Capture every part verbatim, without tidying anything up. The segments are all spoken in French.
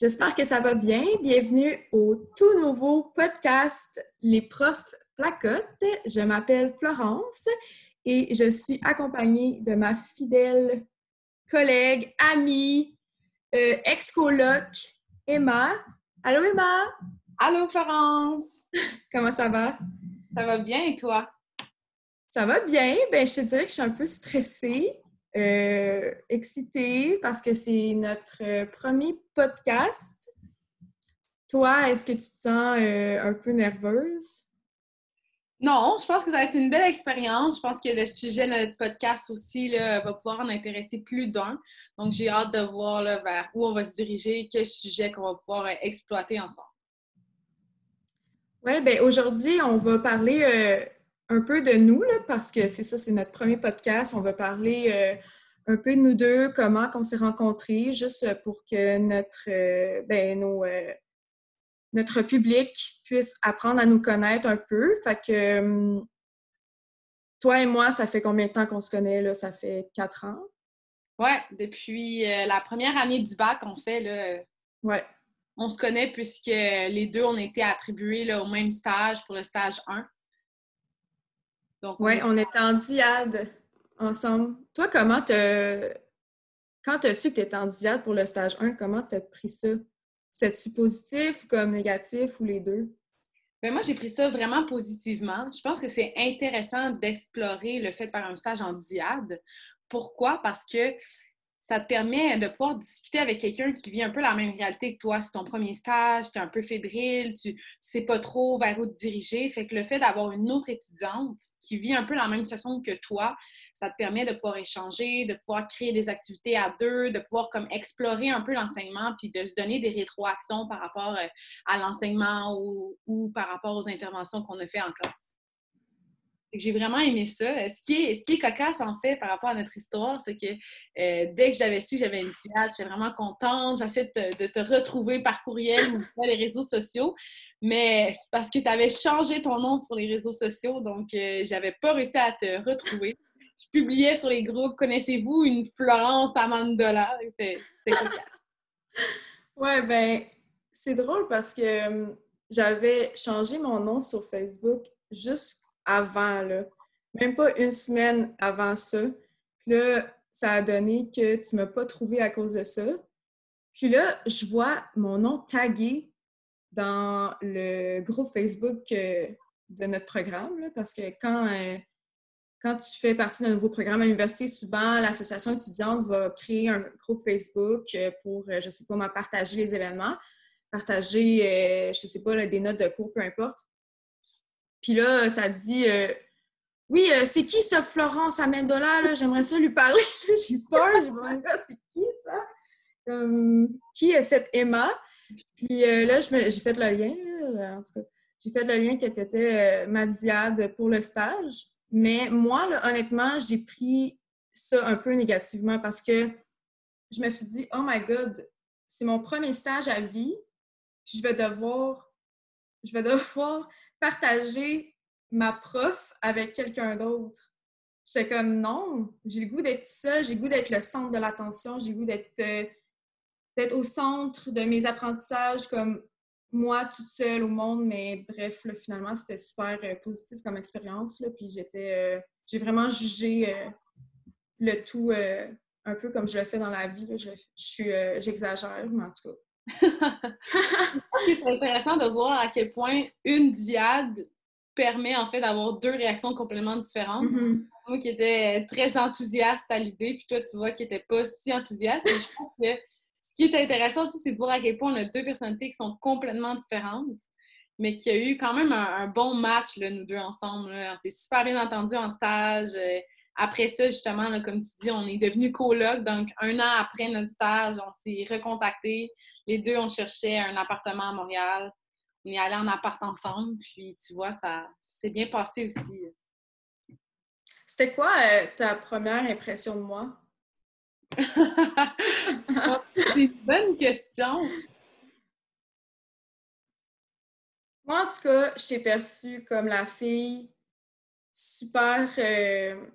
J'espère que ça va bien. Bienvenue au tout nouveau podcast Les profs placotent. Je m'appelle Florence et je suis accompagnée de ma fidèle collègue, amie, euh, ex-coloc, Emma. Allô Emma! Allô Florence! Comment ça va? Ça va bien et toi? Ça va bien. Ben, je te dirais que je suis un peu stressée, euh, excitée parce que c'est notre premier podcast. Toi, est-ce que tu te sens euh, un peu nerveuse? Non, je pense que ça va être une belle expérience. Je pense que le sujet de notre podcast aussi là, va pouvoir en intéresser plus d'un. Donc, j'ai hâte de voir là, vers où on va se diriger, quel sujet qu'on va pouvoir euh, exploiter ensemble. Oui, bien aujourd'hui, on va parler euh, un peu de nous, là, parce que c'est ça, c'est notre premier podcast. On va parler euh, un peu de nous deux, comment on s'est rencontrés, juste pour que notre, euh, ben, nos, euh, notre public puisse apprendre à nous connaître un peu. Fait que hum, toi et moi, ça fait combien de temps qu'on se connaît, là? Ça fait quatre ans? Ouais, depuis euh, la première année du bac, on fait, là, Ouais. on se connaît puisque les deux, on a été attribués là, au même stage pour le stage un. Donc, on Ouais, est... on était en diade ensemble. Toi, comment t'as... Quand tu as su que tu étais en diade pour le stage un, comment tu as pris ça? C'était-tu positif ou comme négatif ou les deux? Ben moi, j'ai pris ça vraiment positivement. Je pense que c'est intéressant d'explorer le fait de faire un stage en diade. Pourquoi? Parce que ça te permet de pouvoir discuter avec quelqu'un qui vit un peu la même réalité que toi. C'est ton premier stage, tu es un peu fébrile, tu ne sais pas trop vers où te diriger. Fait que le fait d'avoir une autre étudiante qui vit un peu la même situation que toi, ça te permet de pouvoir échanger, de pouvoir créer des activités à deux, de pouvoir comme explorer un peu l'enseignement puis de se donner des rétroactions par rapport euh, à l'enseignement ou, ou par rapport aux interventions qu'on a fait en classe. J'ai vraiment aimé ça. Ce qui est, ce qui est cocasse, en fait, par rapport à notre histoire, c'est que euh, dès que j'avais su que j'avais une diade, j'étais vraiment contente. J'essaie de te, de te retrouver par courriel ou sur les réseaux sociaux. Mais c'est parce que tu avais changé ton nom sur les réseaux sociaux, donc euh, j'avais pas réussi à te retrouver. Je publiais sur les groupes, connaissez-vous une Florence Amandola? C'était cocasse. Ouais, ben, c'est drôle parce que hum, j'avais changé mon nom sur Facebook juste avant, là. Même pas une semaine avant ça. Puis là, ça a donné que tu m'as pas trouvé à cause de ça. Puis là, je vois mon nom tagué dans le groupe Facebook euh, de notre programme, là, parce que quand, euh, quand tu fais partie d'un nouveau programme à l'université, souvent, l'association étudiante va créer un groupe Facebook euh, pour, euh, je ne sais pas, partager les événements, partager, euh, je ne sais pas, là, des notes de cours, peu importe. Puis là, ça dit euh, oui, euh, c'est qui ça, Florence Amendola? Là? J'aimerais ça lui parler. J'ai peur, j'ai dit, c'est qui ça? Euh, qui est cette Emma? Puis euh, là, je me, j'ai fait le lien, là, en tout cas. J'ai fait le lien qu'elle était euh, ma diade pour le stage. Mais moi, là, honnêtement, j'ai pris ça un peu négativement parce que je me suis dit, oh my God, c'est mon premier stage à vie. Puis je vais devoir, je vais devoir partager ma prof avec quelqu'un d'autre. J'étais comme non, j'ai le goût d'être seule, j'ai le goût d'être le centre de l'attention, j'ai le goût d'être euh, d'être au centre de mes apprentissages comme moi toute seule au monde, mais bref, là, finalement, c'était super euh, positif comme expérience. Là, puis j'étais, euh, j'ai vraiment jugé euh, le tout euh, un peu comme je le fais dans la vie. Là. Je, je suis, euh, j'exagère, mais en tout cas. C'est intéressant de voir à quel point une diade permet en fait d'avoir deux réactions complètement différentes. Mm-hmm. Moi qui étais très enthousiaste à l'idée, puis toi tu vois qui n'étais pas si enthousiaste. Mais je pense que ce qui est intéressant aussi, c'est de voir à quel point on a deux personnalités qui sont complètement différentes, mais qu'il y a eu quand même un, un bon match, là, nous deux ensemble. Là. On s'est super bien entendus en stage. Euh, après ça, justement, là, comme tu dis, on est devenus colocs. Donc, un an après notre stage, on s'est recontactés. Les deux, on cherchait un appartement à Montréal. On est allés en appart ensemble. Puis, tu vois, ça s'est bien passé aussi. C'était quoi euh, ta première impression de moi? C'est une bonne question. Moi, en tout cas, je t'ai perçue comme la fille super euh,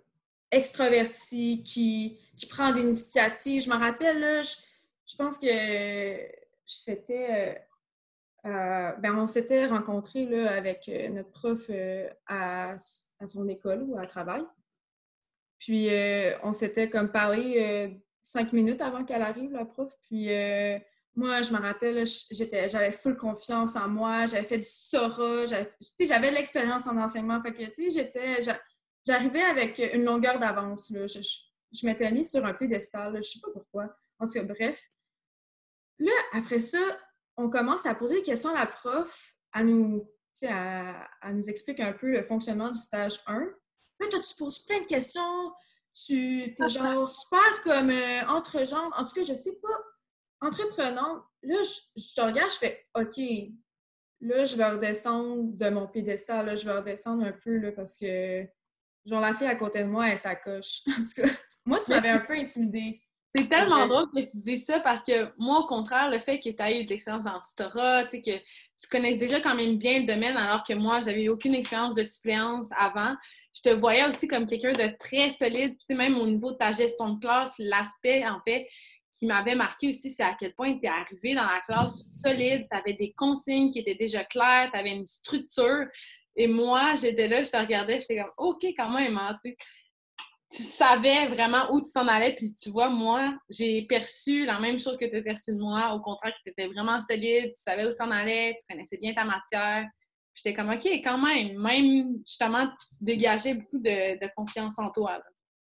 extravertie qui, qui prend des initiatives. Je me rappelle, là, je, je pense que c'était... Euh, euh, ben, on s'était rencontrés là, avec euh, notre prof euh, à, à son école ou à travail. Puis, euh, on s'était comme parlé euh, cinq minutes avant qu'elle arrive, la prof. Puis, euh, moi, je me rappelle, j'étais, j'avais full confiance en moi. J'avais fait du Sora. J'avais, tu sais, j'avais de l'expérience en enseignement. Fait que, tu sais, j'étais... j'a- J'arrivais avec une longueur d'avance, là. Je, je, je m'étais mise sur un piédestal, là. Je sais pas pourquoi. En tout cas, bref. Là, après ça, on commence à poser des questions à la prof, à nous, tu sais, à, à nous expliquer un peu le fonctionnement du stage un. Là, toi, tu poses plein de questions. Tu es genre super comme euh, entre-genre. En tout cas, je sais pas, entreprenante. Là, je, je te regarde, je fais OK, là, je vais redescendre de mon piédestal. Là, je vais redescendre un peu là, parce que, genre, la fille à côté de moi, elle s'accroche. En tout cas, moi, tu Mais m'avais un peu intimidée. c'est Pour tellement vrai. drôle que tu dis ça parce que moi, au contraire, le fait que tu aies eu de l'expérience dans tutorat, tu sais, que tu connaisses déjà quand même bien le domaine alors que moi, j'avais eu aucune expérience de suppléance avant, je te voyais aussi comme quelqu'un de très solide, tu sais, même au niveau de ta gestion de classe, l'aspect, en fait, qui m'avait marqué aussi, c'est à quel point tu es arrivé dans la classe solide, tu avais des consignes qui étaient déjà claires, tu avais une structure. Et moi, j'étais là, je te regardais, j'étais comme, OK, quand même, hein, tu sais. Tu savais vraiment où tu s'en allais, puis tu vois, moi, j'ai perçu la même chose que tu as perçu de moi, au contraire, que tu étais vraiment solide, tu savais où s'en allait, tu connaissais bien ta matière. Puis j'étais comme, OK, quand même, même, justement, tu dégageais beaucoup de, de confiance en toi. Là.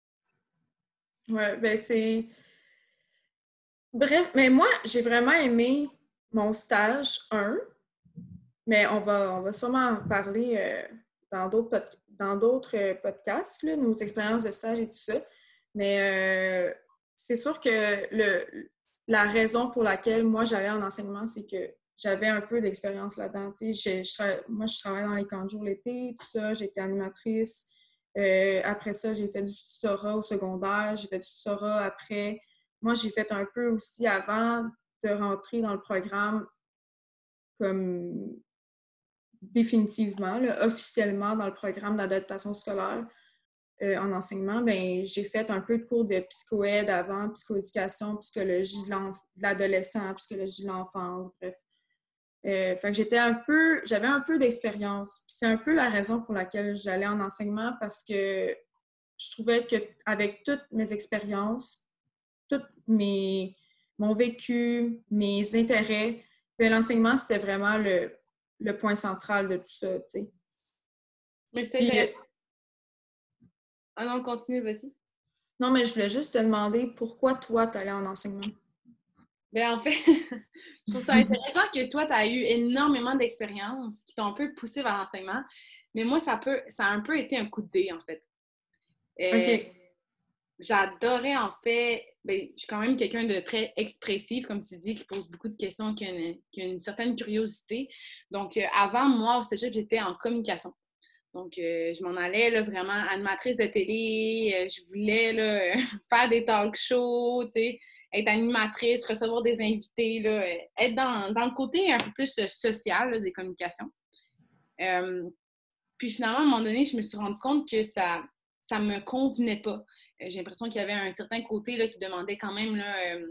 Ouais, ben c'est... Bref, mais moi, j'ai vraiment aimé mon stage un, mais on va, on va sûrement en parler euh, dans d'autres pod- dans d'autres euh, podcasts, là, nos expériences de stage et tout ça. Mais euh, c'est sûr que le, la raison pour laquelle moi j'allais en enseignement, c'est que j'avais un peu d'expérience là-dedans. Tu sais, je- je moi, je travaillais dans les camps de jour l'été, tout ça, j'étais animatrice. Euh, après ça, j'ai fait du tutorat au secondaire, j'ai fait du tutorat après. Moi, j'ai fait un peu aussi avant de rentrer dans le programme comme définitivement, là, officiellement dans le programme d'adaptation scolaire euh, en enseignement, ben, j'ai fait un peu de cours de psychoède avant, psychoéducation, psychologie de l'adolescent, psychologie de l'enfance, bref. Euh, fait que j'étais un peu, j'avais un peu d'expérience. C'est un peu la raison pour laquelle j'allais en enseignement parce que je trouvais qu'avec toutes mes expériences, tout mes, mon vécu, mes intérêts, ben, l'enseignement, c'était vraiment le, le point central de tout ça, tu sais. Mais c'est Puis, intéressant. Ah non, continue, vas-y. non, mais je voulais juste te demander pourquoi toi, tu allais en enseignement. Bien, en fait, je trouve ça intéressant que toi, tu as eu énormément d'expériences qui t'ont un peu poussé vers l'enseignement. Mais moi, ça peut, ça a un peu été un coup de dé, en fait. Euh, OK. J'adorais, en fait, ben, je suis quand même quelqu'un de très expressif, comme tu dis, qui pose beaucoup de questions, qui a une, qui a une certaine curiosité. Donc, euh, avant, moi, au cégep, j'étais en communication. Donc, euh, je m'en allais là, vraiment animatrice de télé. Euh, je voulais là, faire des talk shows, tu sais, être animatrice, recevoir des invités, là, euh, être dans, dans le côté un peu plus euh, social là, des communications. Euh, Puis finalement, à un moment donné, je me suis rendu compte que ça ça me convenait pas. Euh, J'ai l'impression qu'il y avait un certain côté là, qui demandait quand même, là, euh,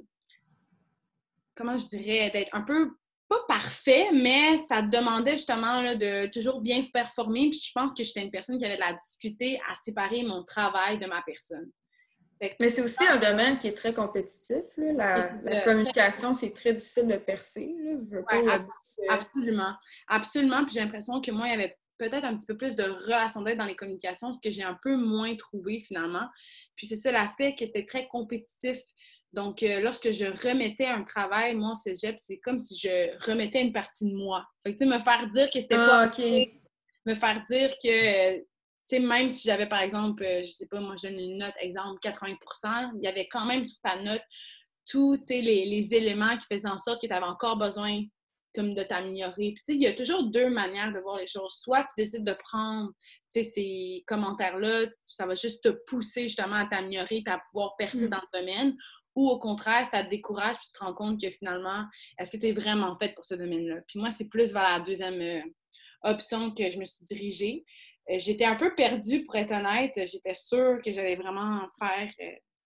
comment je dirais, d'être un peu, pas parfait, mais ça demandait justement là, de toujours bien performer. Puis je pense que j'étais une personne qui avait de la difficulté à séparer mon travail de ma personne. Fait que Mais c'est aussi un domaine qui est très compétitif, là. La, la euh, communication, c'est très difficile de percer, là. Je veux pas, ouais, il y a ab- beaucoup de... absolument. Absolument. Puis j'ai l'impression que moi, il y avait peut-être un petit peu plus de relation d'aide dans les communications, ce que j'ai un peu moins trouvé finalement. Puis c'est ça l'aspect que c'était très compétitif. Donc, euh, lorsque je remettais un travail, moi, au cégep, c'est comme si je remettais une partie de moi. Fait que, tu sais, me faire dire que c'était pas Ah, OK. me faire dire que, euh, tu sais, même si j'avais, par exemple, euh, je sais pas, moi, je donne une note, exemple, quatre-vingts pour cent, il y avait quand même sur ta note tous, tu sais, les, les éléments qui faisaient en sorte que tu avais encore besoin comme de t'améliorer. Puis, tu sais, il y a toujours deux manières de voir les choses. Soit tu décides de prendre, tu sais, ces commentaires-là, ça va juste te pousser justement à t'améliorer et à pouvoir percer Mm. dans le domaine. Ou au contraire, ça te décourage puis tu te rends compte que finalement, est-ce que tu es vraiment faite pour ce domaine-là? Puis moi, c'est plus vers la deuxième euh, option que je me suis dirigée. Euh, j'étais un peu perdue, pour être honnête. J'étais sûre que j'allais vraiment faire euh,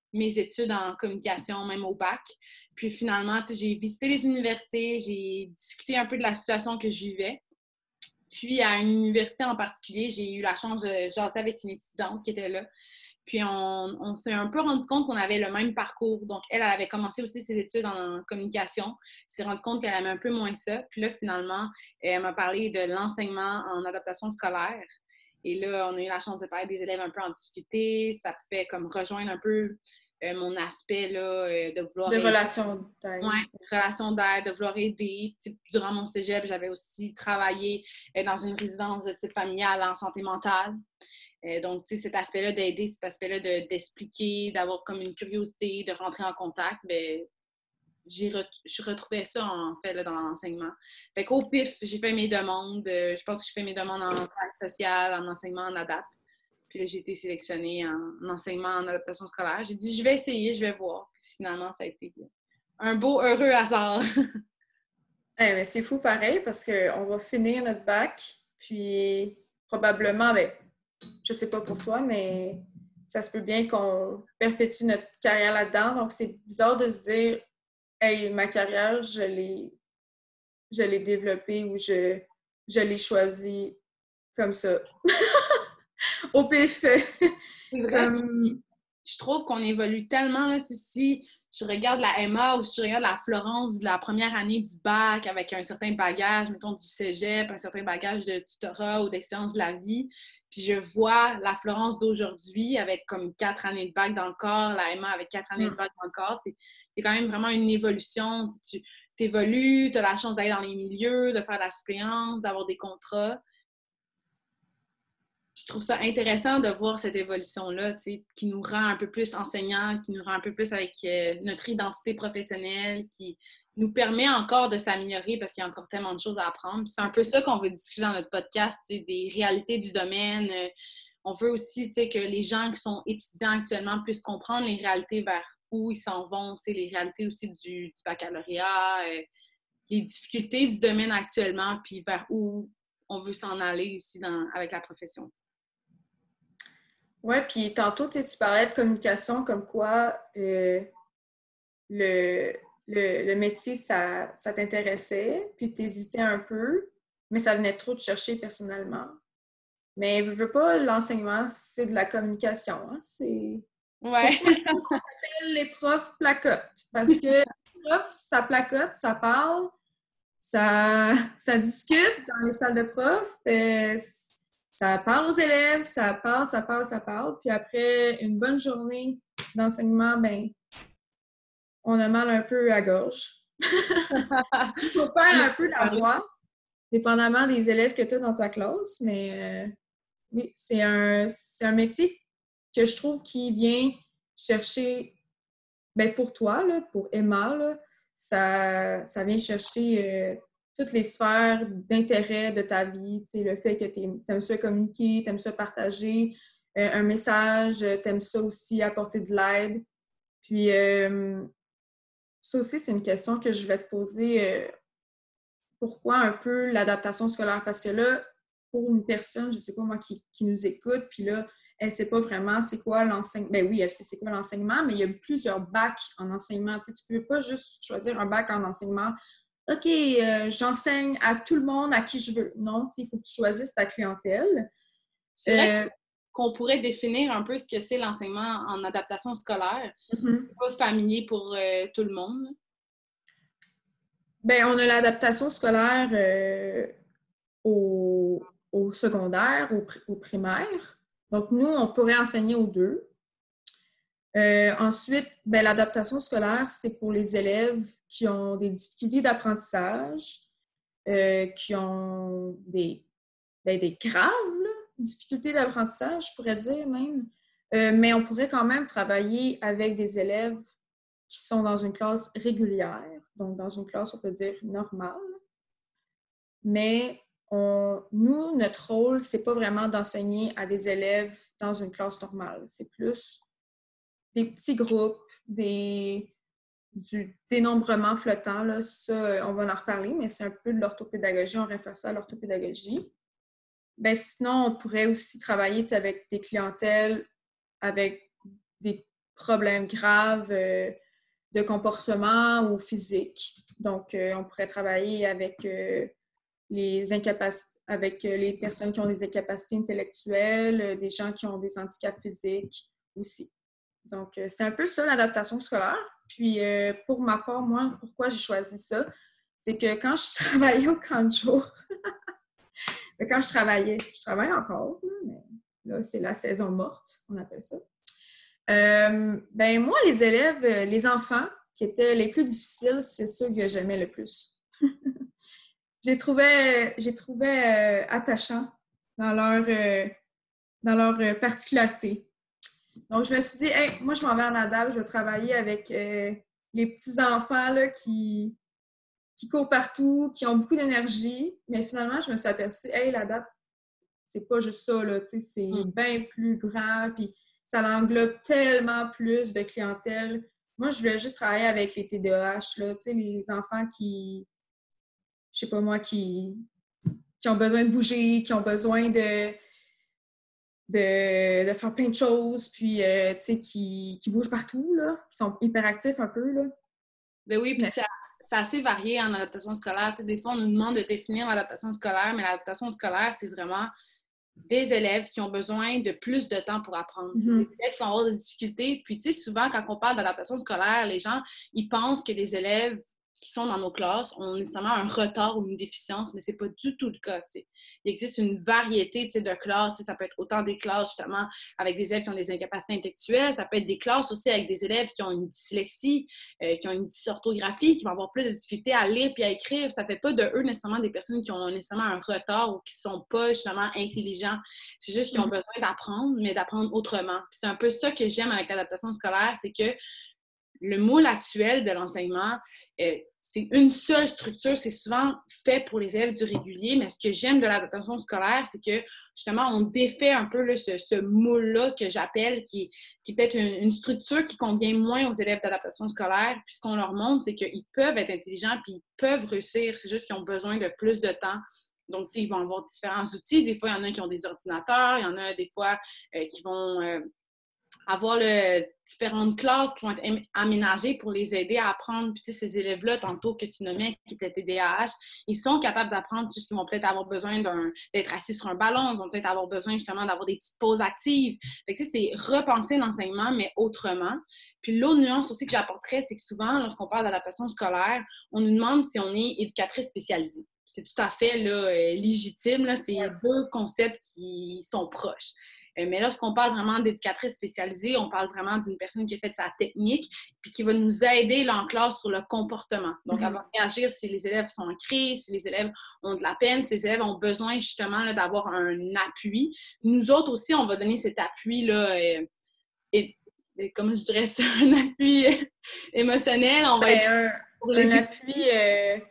mes études en communication, même au bac. Puis finalement, j'ai visité les universités, j'ai discuté un peu de la situation que je vivais. Puis à une université en particulier, j'ai eu la chance de jaser avec une étudiante qui était là. Puis on, on s'est un peu rendu compte qu'on avait le même parcours. Donc, elle, elle avait commencé aussi ses études en communication. s'est rendu compte qu'elle aimait un peu moins ça. Puis là, finalement, elle m'a parlé de l'enseignement en adaptation scolaire. Et là, on a eu la chance de parler des élèves un peu en difficulté. Ça pouvait comme rejoindre un peu euh, mon aspect là, euh, de vouloir De aider. relation d'aide. Oui, relation d'aide, de vouloir aider. Durant mon cégep, j'avais aussi travaillé euh, dans une résidence de type familial en santé mentale. Euh, donc, tu sais, cet aspect-là d'aider, cet aspect-là de, d'expliquer, d'avoir comme une curiosité, de rentrer en contact, bien, j'ai re- je retrouvais ça, en fait, là, dans l'enseignement. Fait qu'au pif, j'ai fait mes demandes. Euh, je pense que j'ai fait mes demandes en travail social, en enseignement en adapt. Puis là, j'ai été sélectionnée en, en enseignement en adaptation scolaire. J'ai dit, je vais essayer, je vais voir. Puis finalement, ça a été un beau, heureux hasard. Eh, mais c'est fou pareil parce qu'on va finir notre bac, puis probablement, ben, je sais pas pour toi, mais ça se peut bien qu'on perpétue notre carrière là-dedans. Donc, c'est bizarre de se dire, hey, ma carrière, je l'ai, je l'ai développée ou je, je l'ai choisie comme ça. Au pif. C'est vrai. Comme... Je trouve qu'on évolue tellement, là, si je regarde la M A ou si je regarde la Florence de la première année du bac avec un certain bagage, mettons du cégep, un certain bagage de tutorat ou d'expérience de la vie, puis je vois la Florence d'aujourd'hui avec comme quatre années de bac dans le corps, la M A avec quatre années de bac dans le corps, c'est, c'est quand même vraiment une évolution. Tu évolues, tu as la chance d'aller dans les milieux, de faire de la suppléance, d'avoir des contrats. Je trouve ça intéressant de voir cette évolution-là, tu sais, qui nous rend un peu plus enseignants, qui nous rend un peu plus avec euh, notre identité professionnelle, qui nous permet encore de s'améliorer parce qu'il y a encore tellement de choses à apprendre. Puis c'est un peu ça qu'on veut discuter dans notre podcast, tu sais, des réalités du domaine. Euh, on veut aussi, tu sais, que les gens qui sont étudiants actuellement puissent comprendre les réalités vers où ils s'en vont, tu sais, les réalités aussi du, du baccalauréat, euh, les difficultés du domaine actuellement, puis vers où on veut s'en aller aussi dans, avec la profession. Ouais, puis tantôt, tu parlais de communication, comme quoi euh, le, le, le métier, ça, ça t'intéressait, puis tu hésitais un peu, mais ça venait trop te chercher personnellement. Mais veux, veux pas, l'enseignement, c'est de la communication. Hein? C'est, c'est Ouais. pour ça qu'on s'appelle les profs placotes. Parce que les profs, ça placote, ça parle, ça, ça discute dans les salles de profs. Euh, ça parle aux élèves, ça parle, ça parle, ça parle. Puis après une bonne journée d'enseignement, ben, on a mal un peu à gorge. Il faut faire un peu la voix, dépendamment des élèves que tu as dans ta classe. Mais euh, oui, c'est un, c'est un métier que je trouve qui vient chercher, ben pour toi, là, pour Emma, là, ça, ça vient chercher euh, toutes les sphères d'intérêt de ta vie. Tu sais, le fait que tu aimes ça communiquer, tu aimes ça partager euh, un message, tu aimes ça aussi apporter de l'aide. Puis, euh, ça aussi, c'est une question que je voulais te poser. Euh, pourquoi un peu l'adaptation scolaire? Parce que là, pour une personne, je ne sais pas moi, qui, qui nous écoute, puis là, elle ne sait pas vraiment c'est quoi l'enseignement. Ben oui, elle sait c'est quoi l'enseignement, mais il y a plusieurs bacs en enseignement. Tu sais, tu ne peux pas juste choisir un bac en enseignement. OK, euh, j'enseigne à tout le monde, à qui je veux. Non, il faut que tu choisisses ta clientèle. C'est vrai euh, qu'on pourrait définir un peu ce que c'est l'enseignement en adaptation scolaire. Mm-hmm. C'est pas familier pour euh, tout le monde. Bien, on a l'adaptation scolaire euh, au, au secondaire, au, au primaire. Donc, nous, on pourrait enseigner aux deux. Euh, ensuite, ben, l'adaptation scolaire, c'est pour les élèves qui ont des difficultés d'apprentissage, euh, qui ont des, ben, des graves là, difficultés d'apprentissage, je pourrais dire même. Euh, mais on pourrait quand même travailler avec des élèves qui sont dans une classe régulière, donc dans une classe, on peut dire, normale. Mais on, nous, notre rôle, c'est pas vraiment d'enseigner à des élèves dans une classe normale. C'est plus des petits groupes, des, du dénombrement flottant. Là. Ça, on va en reparler, mais c'est un peu de l'orthopédagogie. On réfère ça à l'orthopédagogie. Ben, sinon, on pourrait aussi travailler avec des clientèles, avec des problèmes graves euh, de comportement ou physique. Donc, euh, on pourrait travailler avec euh, les incapacités, avec euh, les personnes qui ont des incapacités intellectuelles, euh, des gens qui ont des handicaps physiques aussi. Donc, euh, c'est un peu ça, l'adaptation scolaire. Puis, euh, pour ma part, moi, pourquoi j'ai choisi ça? C'est que quand je travaillais au camp de jour, quand je travaillais, je travaille encore, là, mais là, c'est la saison morte, on appelle ça. Euh, ben moi, les élèves, les enfants qui étaient les plus difficiles, c'est ceux que j'aimais le plus. j'ai trouvé, j'ai trouvé euh, attachant dans leur, euh, dans leur euh, particularité. Donc, je me suis dit, hey, moi, je m'en vais en ADAPT, je vais travailler avec euh, les petits-enfants là, qui, qui courent partout, qui ont beaucoup d'énergie. Mais finalement, je me suis aperçue, hey, l'ADAPT, c'est pas juste ça, là, tu sais, c'est Mm. bien plus grand, puis ça englobe tellement plus de clientèle. Moi, je voulais juste travailler avec les T D A H, là, tu sais, les enfants qui, je sais pas moi, qui, qui ont besoin de bouger, qui ont besoin de, de, de faire plein de choses, puis, euh, tu sais, qui, qui bougent partout, là, qui sont hyperactifs un peu, là. Ben oui, puis Mais, ça, c'est assez varié en adaptation scolaire. Tu sais, des fois, on nous demande de définir l'adaptation scolaire, mais l'adaptation scolaire, c'est vraiment des élèves qui ont besoin de plus de temps pour apprendre. C'est mm-hmm. des élèves qui vont avoir des difficultés. Puis, tu sais, souvent, quand on parle d'adaptation scolaire, les gens, ils pensent que les élèves qui sont dans nos classes ont nécessairement un retard ou une déficience, mais c'est pas du tout le cas, tu sais. Il existe une variété, tu sais, de classes. Ça peut être autant des classes, justement, avec des élèves qui ont des incapacités intellectuelles. Ça peut être des classes aussi avec des élèves qui ont une dyslexie, euh, qui ont une dysorthographie, qui vont avoir plus de difficultés à lire puis à écrire. Ça fait pas de eux nécessairement des personnes qui ont nécessairement un retard ou qui sont pas, justement, intelligents. C'est juste qu'ils ont besoin d'apprendre, mais d'apprendre autrement. Puis c'est un peu ça que j'aime avec l'adaptation scolaire, c'est que le moule actuel de l'enseignement, euh, c'est une seule structure, c'est souvent fait pour les élèves du régulier, mais ce que j'aime de l'adaptation scolaire, c'est que justement, on défait un peu là, ce, ce moule-là que j'appelle, qui, qui est peut-être une, une structure qui convient moins aux élèves d'adaptation scolaire. Puis ce qu'on leur montre, c'est qu'ils peuvent être intelligents, puis ils peuvent réussir, c'est juste qu'ils ont besoin de plus de temps. Donc, ils vont avoir différents outils. Des fois, il y en a qui ont des ordinateurs, il y en a des fois euh, qui vont... Euh, avoir le, différentes classes qui vont être aménagées pour les aider à apprendre. Puis, tu sais, ces élèves-là, tantôt que tu nommais, qui étaient T D A H, ils sont capables d'apprendre, juste qu'ils vont peut-être avoir besoin d'un, d'être assis sur un ballon, ils vont peut-être avoir besoin, justement, d'avoir des petites pauses actives. Fait que, tu sais, c'est repenser l'enseignement, mais autrement. Puis, l'autre nuance aussi que j'apporterais, c'est que souvent, lorsqu'on parle d'adaptation scolaire, on nous demande si on est éducatrice spécialisée. C'est tout à fait là, légitime. Là. C'est deux concepts qui sont proches. Mais lorsqu'on parle vraiment d'éducatrice spécialisée, on parle vraiment d'une personne qui a fait sa technique puis qui va nous aider là, en classe sur le comportement. Donc, mm-hmm. elle va réagir si les élèves sont en crise, si les élèves ont de la peine, si les élèves ont besoin justement là, d'avoir un appui. Nous autres aussi, on va donner cet appui-là, euh, et, et, comment je dirais ça, un appui émotionnel. On va ben, être un, pour les un appui... Euh...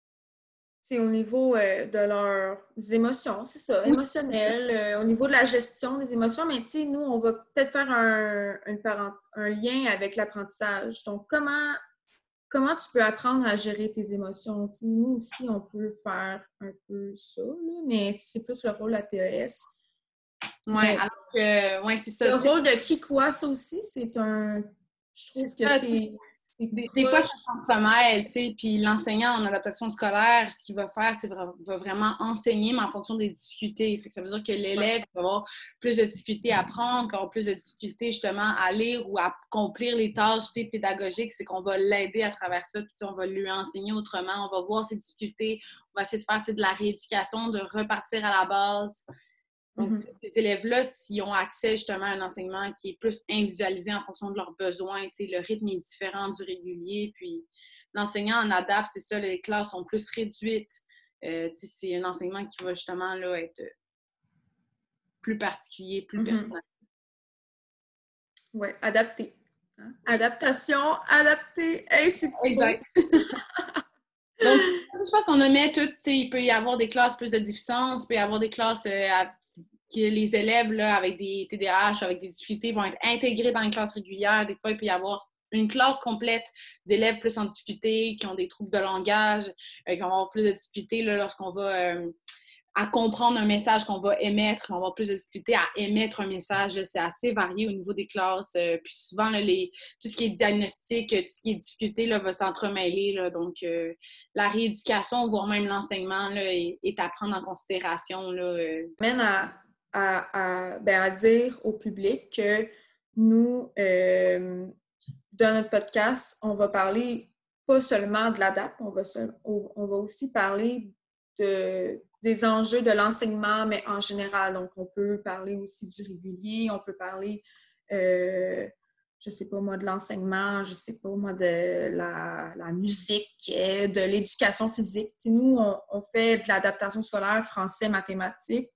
C'est au niveau euh, de leurs émotions, c'est ça, oui. émotionnel, euh, au niveau de la gestion des émotions, mais tu sais, nous, on va peut-être faire un, une parent, un lien avec l'apprentissage. Donc, comment, comment tu peux apprendre à gérer tes émotions? Tu sais, nous aussi, on peut faire un peu ça, là, mais c'est plus le rôle de la T E S. Oui, alors que, ouais, c'est ça. Le c'est... rôle de qui quoi, ça aussi, c'est un... Je trouve que c'est... Des, des fois, ça s'entremêle, tu sais, puis l'enseignant en adaptation scolaire, ce qu'il va faire, c'est va, va vraiment enseigner, mais en fonction des difficultés. Fait que ça veut dire que l'élève va avoir plus de difficultés à apprendre, va avoir plus de difficultés justement à lire ou à accomplir les tâches, tu sais, pédagogiques. C'est qu'on va l'aider à travers ça, puis on va lui enseigner autrement, on va voir ses difficultés, on va essayer de faire de la rééducation, de repartir à la base. Donc, mm-hmm. ces élèves-là, s'ils ont accès justement à un enseignement qui est plus individualisé en fonction de leurs besoins, le rythme est différent du régulier, puis l'enseignant en adapte, c'est ça, les classes sont plus réduites. Euh, c'est un enseignement qui va justement là, être plus particulier, plus mm-hmm. personnel. Oui, adapté. Hein? Adaptation, adapté, hey, c'est exact. Donc, je pense qu'on omet tout, il peut y avoir des classes plus de déficience, il peut y avoir des classes euh, à, que les élèves là, avec des T D A H, avec des difficultés, vont être intégrés dans une classe régulière. Des fois, il peut y avoir une classe complète d'élèves plus en difficulté, qui ont des troubles de langage, euh, qui vont avoir plus de difficultés là, lorsqu'on va euh, à comprendre un message qu'on va émettre, on va avoir plus de difficulté à émettre un message. Là, c'est assez varié au niveau des classes. Euh, puis souvent, là, les, tout ce qui est diagnostic, tout ce qui est difficulté là, va s'entremêler. Là, donc, euh, la rééducation, voire même l'enseignement, là, est, est à prendre en considération. Là, euh. Mène à, à, à, ben, à dire au public que nous, euh, dans notre podcast, on va parler pas seulement de l'A D A P, on va, on, on va aussi parler de, des enjeux de l'enseignement, mais en général. Donc, on peut parler aussi du régulier, on peut parler, euh, je sais pas moi, de l'enseignement, je sais pas moi, de la, la musique, de l'éducation physique. T'sais, nous, on, on fait de l'adaptation scolaire français, mathématiques,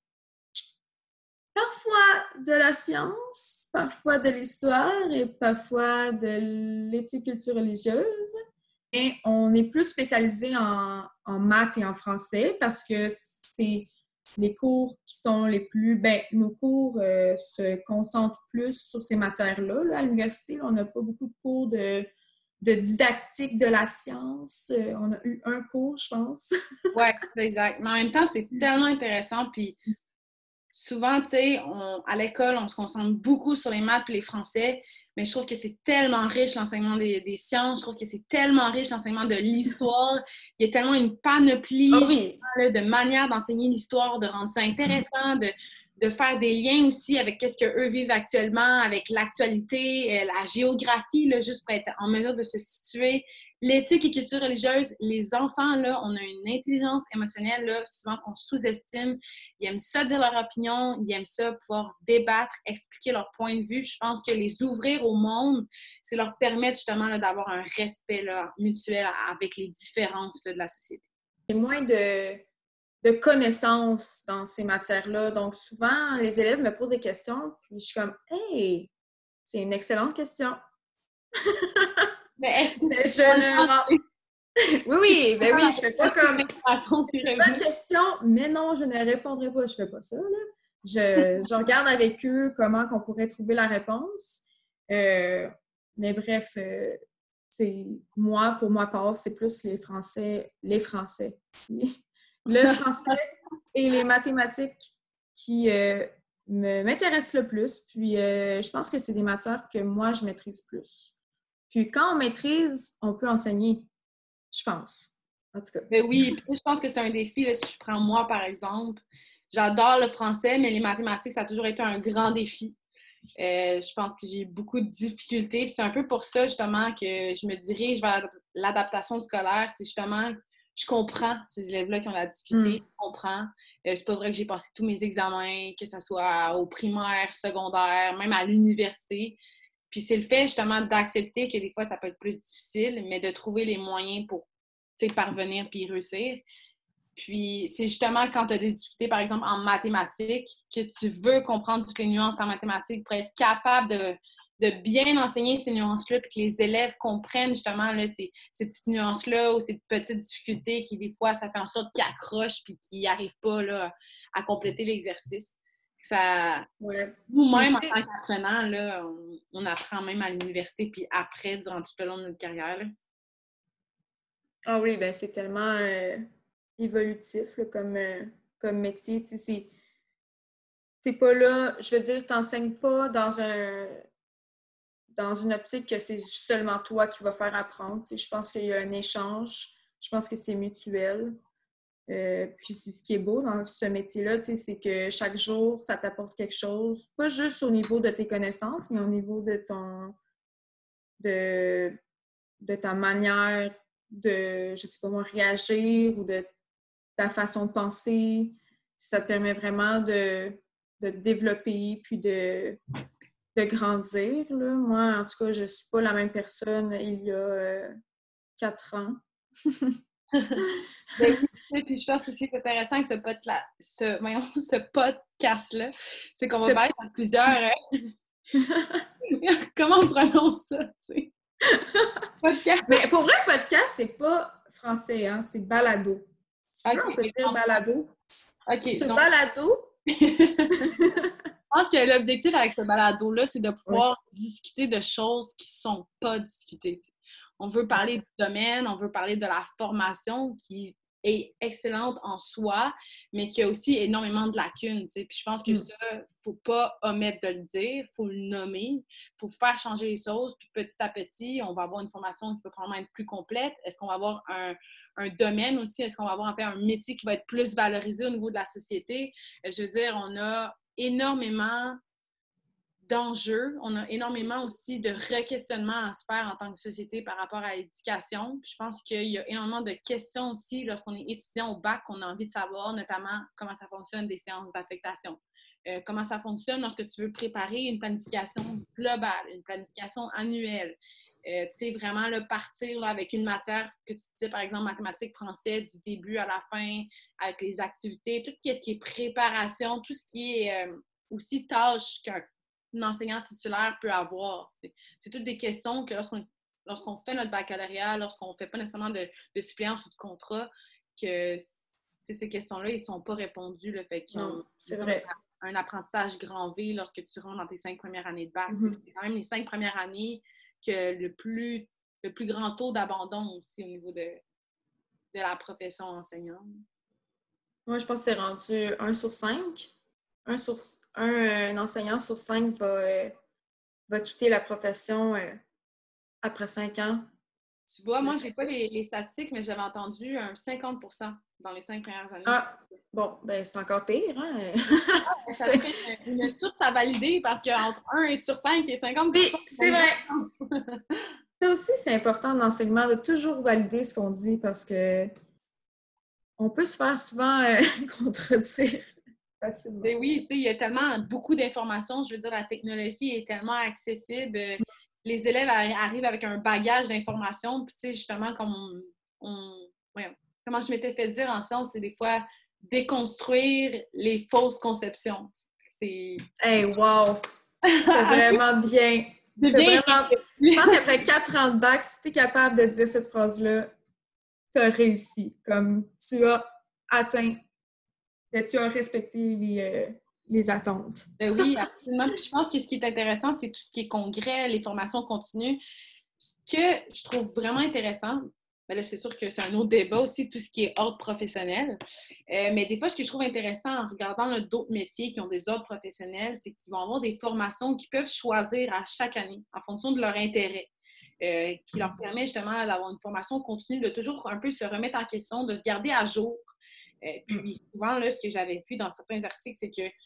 parfois de la science, parfois de l'histoire et parfois de l'éthique culture religieuse. Et on est plus spécialisé en, en maths et en français parce que c'est les cours qui sont les plus... Bien, nos cours euh, se concentrent plus sur ces matières-là. Là, à l'université, là, on n'a pas beaucoup de cours de, de didactique de la science. Euh, on a eu un cours, je pense. Oui, c'est exact. Mais en même temps, c'est tellement intéressant. Puis souvent, tu sais, à l'école, on se concentre beaucoup sur les maths et les français, mais je trouve que c'est tellement riche l'enseignement des, des sciences, je trouve que c'est tellement riche l'enseignement de l'histoire. Il y a tellement une panoplie oh oui. là, de manières d'enseigner l'histoire, de rendre ça intéressant, de, de faire des liens aussi avec ce qu'eux vivent actuellement, avec l'actualité, la géographie, là, juste pour être en mesure de se situer. L'éthique et culture religieuse, les enfants, là, on a une intelligence émotionnelle, là, souvent qu'on sous-estime. Ils aiment ça dire leur opinion, ils aiment ça pouvoir débattre, expliquer leur point de vue. Je pense que les ouvrir au monde, c'est leur permettre justement là, d'avoir un respect là, mutuel avec les différences là, de la société. Il y a moins de, de connaissances dans ces matières-là. Donc, souvent, les élèves me posent des questions, puis je suis comme « Hey, c'est une excellente question! » Mais est-ce que je ne... Oui, oui, ben oui, je fais pas comme... C'est une bonne question, mais non, je ne répondrai pas. Je fais pas ça, là. Je, je regarde avec eux comment on pourrait trouver la réponse. Euh, mais bref, euh, c'est moi, pour ma part, c'est plus les Français, les Français. Le français et les mathématiques qui euh, m'intéressent le plus. Puis, euh, je pense que c'est des matières que moi, je maîtrise plus. Puis quand on maîtrise, on peut enseigner, je pense. En tout cas. Mais oui, puis je pense que c'est un défi. Là, si je prends moi, par exemple, j'adore le français, mais les mathématiques, ça a toujours été un grand défi. Euh, je pense que j'ai eu beaucoup de difficultés. Puis c'est un peu pour ça, justement, que je me dirige vers l'adaptation scolaire. C'est justement, je comprends ces élèves-là qui ont la difficulté. Mm. Je comprends. Euh, c'est pas vrai que j'ai passé tous mes examens, que ce soit au primaire, secondaire, même à l'université. Puis c'est le fait justement d'accepter que des fois, ça peut être plus difficile, mais de trouver les moyens pour parvenir puis réussir. Puis c'est justement quand tu as des difficultés, par exemple, en mathématiques, que tu veux comprendre toutes les nuances en mathématiques pour être capable de, de bien enseigner ces nuances-là, puis que les élèves comprennent justement là, ces, ces petites nuances-là ou ces petites difficultés qui, des fois, ça fait en sorte qu'ils accrochent puis qu'ils n'arrivent pas là, à compléter l'exercice. Ça, ouais. Nous-mêmes, en tant qu'apprenants, là, on, on apprend même à l'université, puis après, durant tout le long de notre carrière. Là. Ah oui, ben c'est tellement euh, évolutif là, comme, euh, comme métier. Tu sais, t'es pas là, je veux dire, t'enseignes pas dans un dans une optique que c'est seulement toi qui vas faire apprendre. Tu sais, je pense qu'il y a un échange. Je pense que c'est mutuel. Euh, puis c'est ce qui est beau dans ce métier-là, tu sais, c'est que chaque jour, ça t'apporte quelque chose. Pas juste au niveau de tes connaissances, mais au niveau de ton de, de ta manière de, je sais pas moi, réagir ou de ta façon de penser. Ça te permet vraiment de, de te développer puis de, de grandir. Là. Moi, en tout cas, je ne suis pas la même personne il y a euh, quatre ans. Ben oui, puis je pense que ce qui est intéressant avec ce, pod- ce, voyons, ce podcast-là, c'est qu'on va parler de plusieurs... Euh... Comment on prononce ça, tu sais? Podcast. Mais pour vrai, podcast, c'est pas français, hein? C'est balado. Si tu veux, on peut dire balado. OK. Ce donc... balado... Je pense que l'objectif avec ce balado-là, c'est de pouvoir oui. discuter de choses qui ne sont pas discutées. On veut parler du domaine, on veut parler de la formation qui est excellente en soi, mais qui a aussi énormément de lacunes, tu sais. Puis je pense que Mm. ça, faut pas omettre de le dire, faut le nommer, faut faire changer les choses, puis petit à petit, on va avoir une formation qui peut probablement être plus complète. Est-ce qu'on va avoir un, un domaine aussi? Est-ce qu'on va avoir en fait un métier qui va être plus valorisé au niveau de la société? Je veux dire, on a énormément d'enjeux. On a énormément aussi de re-questionnements à se faire en tant que société par rapport à l'éducation. Je pense qu'il y a énormément de questions aussi lorsqu'on est étudiant au bac qu'on a envie de savoir, notamment comment ça fonctionne des séances d'affectation. Euh, comment ça fonctionne lorsque tu veux préparer une planification globale, une planification annuelle. Euh, tu sais, vraiment le partir là, avec une matière que tu sais, par exemple, mathématiques, français, du début à la fin, avec les activités, tout ce qui est préparation, tout ce qui est euh, aussi tâche qu'un enseignant titulaire peut avoir. C'est, c'est toutes des questions que lorsqu'on, lorsqu'on fait notre baccalauréat, lorsqu'on ne fait pas nécessairement de, de suppléance ou de contrat, que ces questions-là, ils ne sont pas répondues. Là, fait Non, c'est comme vrai. un apprentissage grand V lorsque tu rentres dans tes cinq premières années de bac. Mm-hmm. C'est quand même les cinq premières années que le plus, le plus grand taux d'abandon aussi au niveau de, de la profession enseignante. Moi, je pense que c'est rendu un sur cinq. Un, sur, un, un enseignant sur cinq va, euh, va quitter la profession euh, après cinq ans. Tu vois, moi, je n'ai pas les, les statistiques, mais j'avais entendu un cinquante pour cent dans les cinq premières années. Ah, bon, ben c'est encore pire, hein? Ah, ça serait une, une source à valider parce qu'entre un sur cinq et cinquante pour cent. Oui, c'est vrai. Ça aussi, c'est important dans l'enseignement de toujours valider ce qu'on dit parce que on peut se faire souvent euh, contredire facilement. Mais oui, tu sais, il y a tellement beaucoup d'informations. Je veux dire, la technologie est tellement accessible. Les élèves arrivent avec un bagage d'informations. Puis, tu sais, justement, comme on, on ouais, comment je m'étais fait dire en sciences, c'est des fois déconstruire les fausses conceptions. C'est... Hey, wow! C'est vraiment bien! C'est bien! Vraiment... Je pense qu'après quatre ans de bac, si tu es capable de dire cette phrase-là, tu as réussi. Comme tu as atteint, tu as respecté les, euh, les attentes. Ben oui, absolument. Puis je pense que ce qui est intéressant, c'est tout ce qui est congrès, les formations continues. Ce que je trouve vraiment intéressant, ben là, c'est sûr que c'est un autre débat aussi, tout ce qui est ordre professionnel. Euh, mais des fois, ce que je trouve intéressant en regardant là, d'autres métiers qui ont des ordres professionnels, c'est qu'ils vont avoir des formations qu'ils peuvent choisir à chaque année en fonction de leur intérêt. Euh, qui leur permet justement d'avoir une formation continue, de toujours un peu se remettre en question, de se garder à jour. Euh, puis souvent, là, ce que j'avais vu dans certains articles, c'est que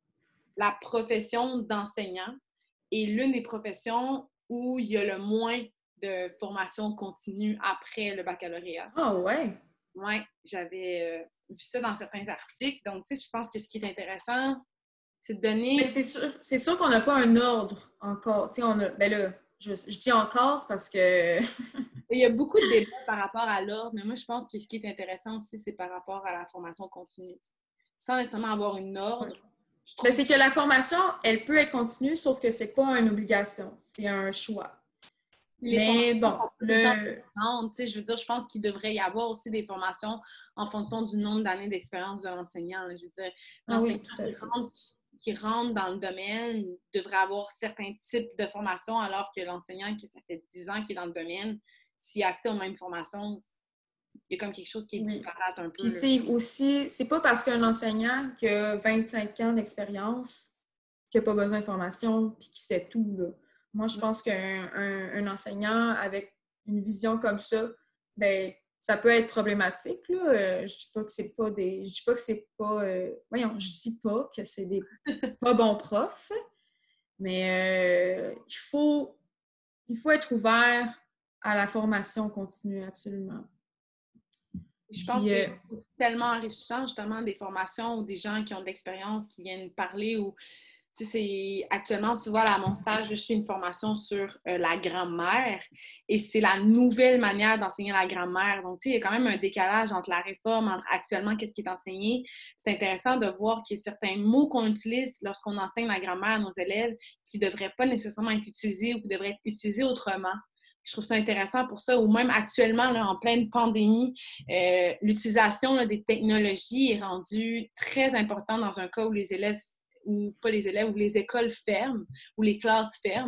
la profession d'enseignant est l'une des professions où il y a le moins de formation continue après le baccalauréat. Ah oh, ouais? Oui, j'avais euh, vu ça dans certains articles. Donc, tu sais, je pense que ce qui est intéressant, c'est de donner... Mais c'est sûr, c'est sûr qu'on n'a pas un ordre encore. Tu sais, on a... Ben là, je, je dis encore parce que... Il y a beaucoup de débats par rapport à l'ordre, mais moi, je pense que ce qui est intéressant aussi, c'est par rapport à la formation continue. Sans nécessairement avoir une ordre. Ouais. Ben, c'est que la formation, elle peut être continue, sauf que c'est pas une obligation, c'est un choix. Les mais bon, le... je veux dire, je pense qu'il devrait y avoir aussi des formations en fonction du nombre d'années d'expérience de l'enseignant. Je veux dire, l'enseignant ah oui, qui, rentre, qui rentre dans le domaine devrait avoir certains types de formations, alors que l'enseignant qui ça fait dix ans qu'il est dans le domaine, s'il a accès aux mêmes formations, il y a comme quelque chose qui est disparate un peu. Puis, tu sais, aussi, c'est pas parce qu'un enseignant qui a vingt-cinq ans d'expérience qu'il n'a pas besoin de formation puis qu'il sait tout, là. Moi, je pense qu'un un, un enseignant avec une vision comme ça, ben ça peut être problématique, là. Je dis pas que c'est pas des... Je dis pas que c'est pas... Euh... Voyons, je dis pas que c'est des pas bons profs, mais euh, il faut... il faut être ouvert à la formation continue, absolument. Je pense Puis, euh... que c'est tellement enrichissant, justement, des formations ou des gens qui ont de l'expérience, qui viennent parler ou, tu sais, c'est... Actuellement, tu vois, là, à mon stage, je suis une formation sur euh, la grammaire et c'est la nouvelle manière d'enseigner la grammaire. Donc, tu sais, il y a quand même un décalage entre la réforme, entre actuellement, qu'est-ce qui est enseigné. C'est intéressant de voir qu'il y a certains mots qu'on utilise lorsqu'on enseigne la grammaire à nos élèves qui ne devraient pas nécessairement être utilisés ou qui devraient être utilisés autrement. Je trouve ça intéressant pour ça, ou même actuellement, là, en pleine pandémie, euh, l'utilisation là, des technologies est rendue très importante dans un cas où les élèves, ou pas les élèves, où les écoles ferment, où les classes ferment.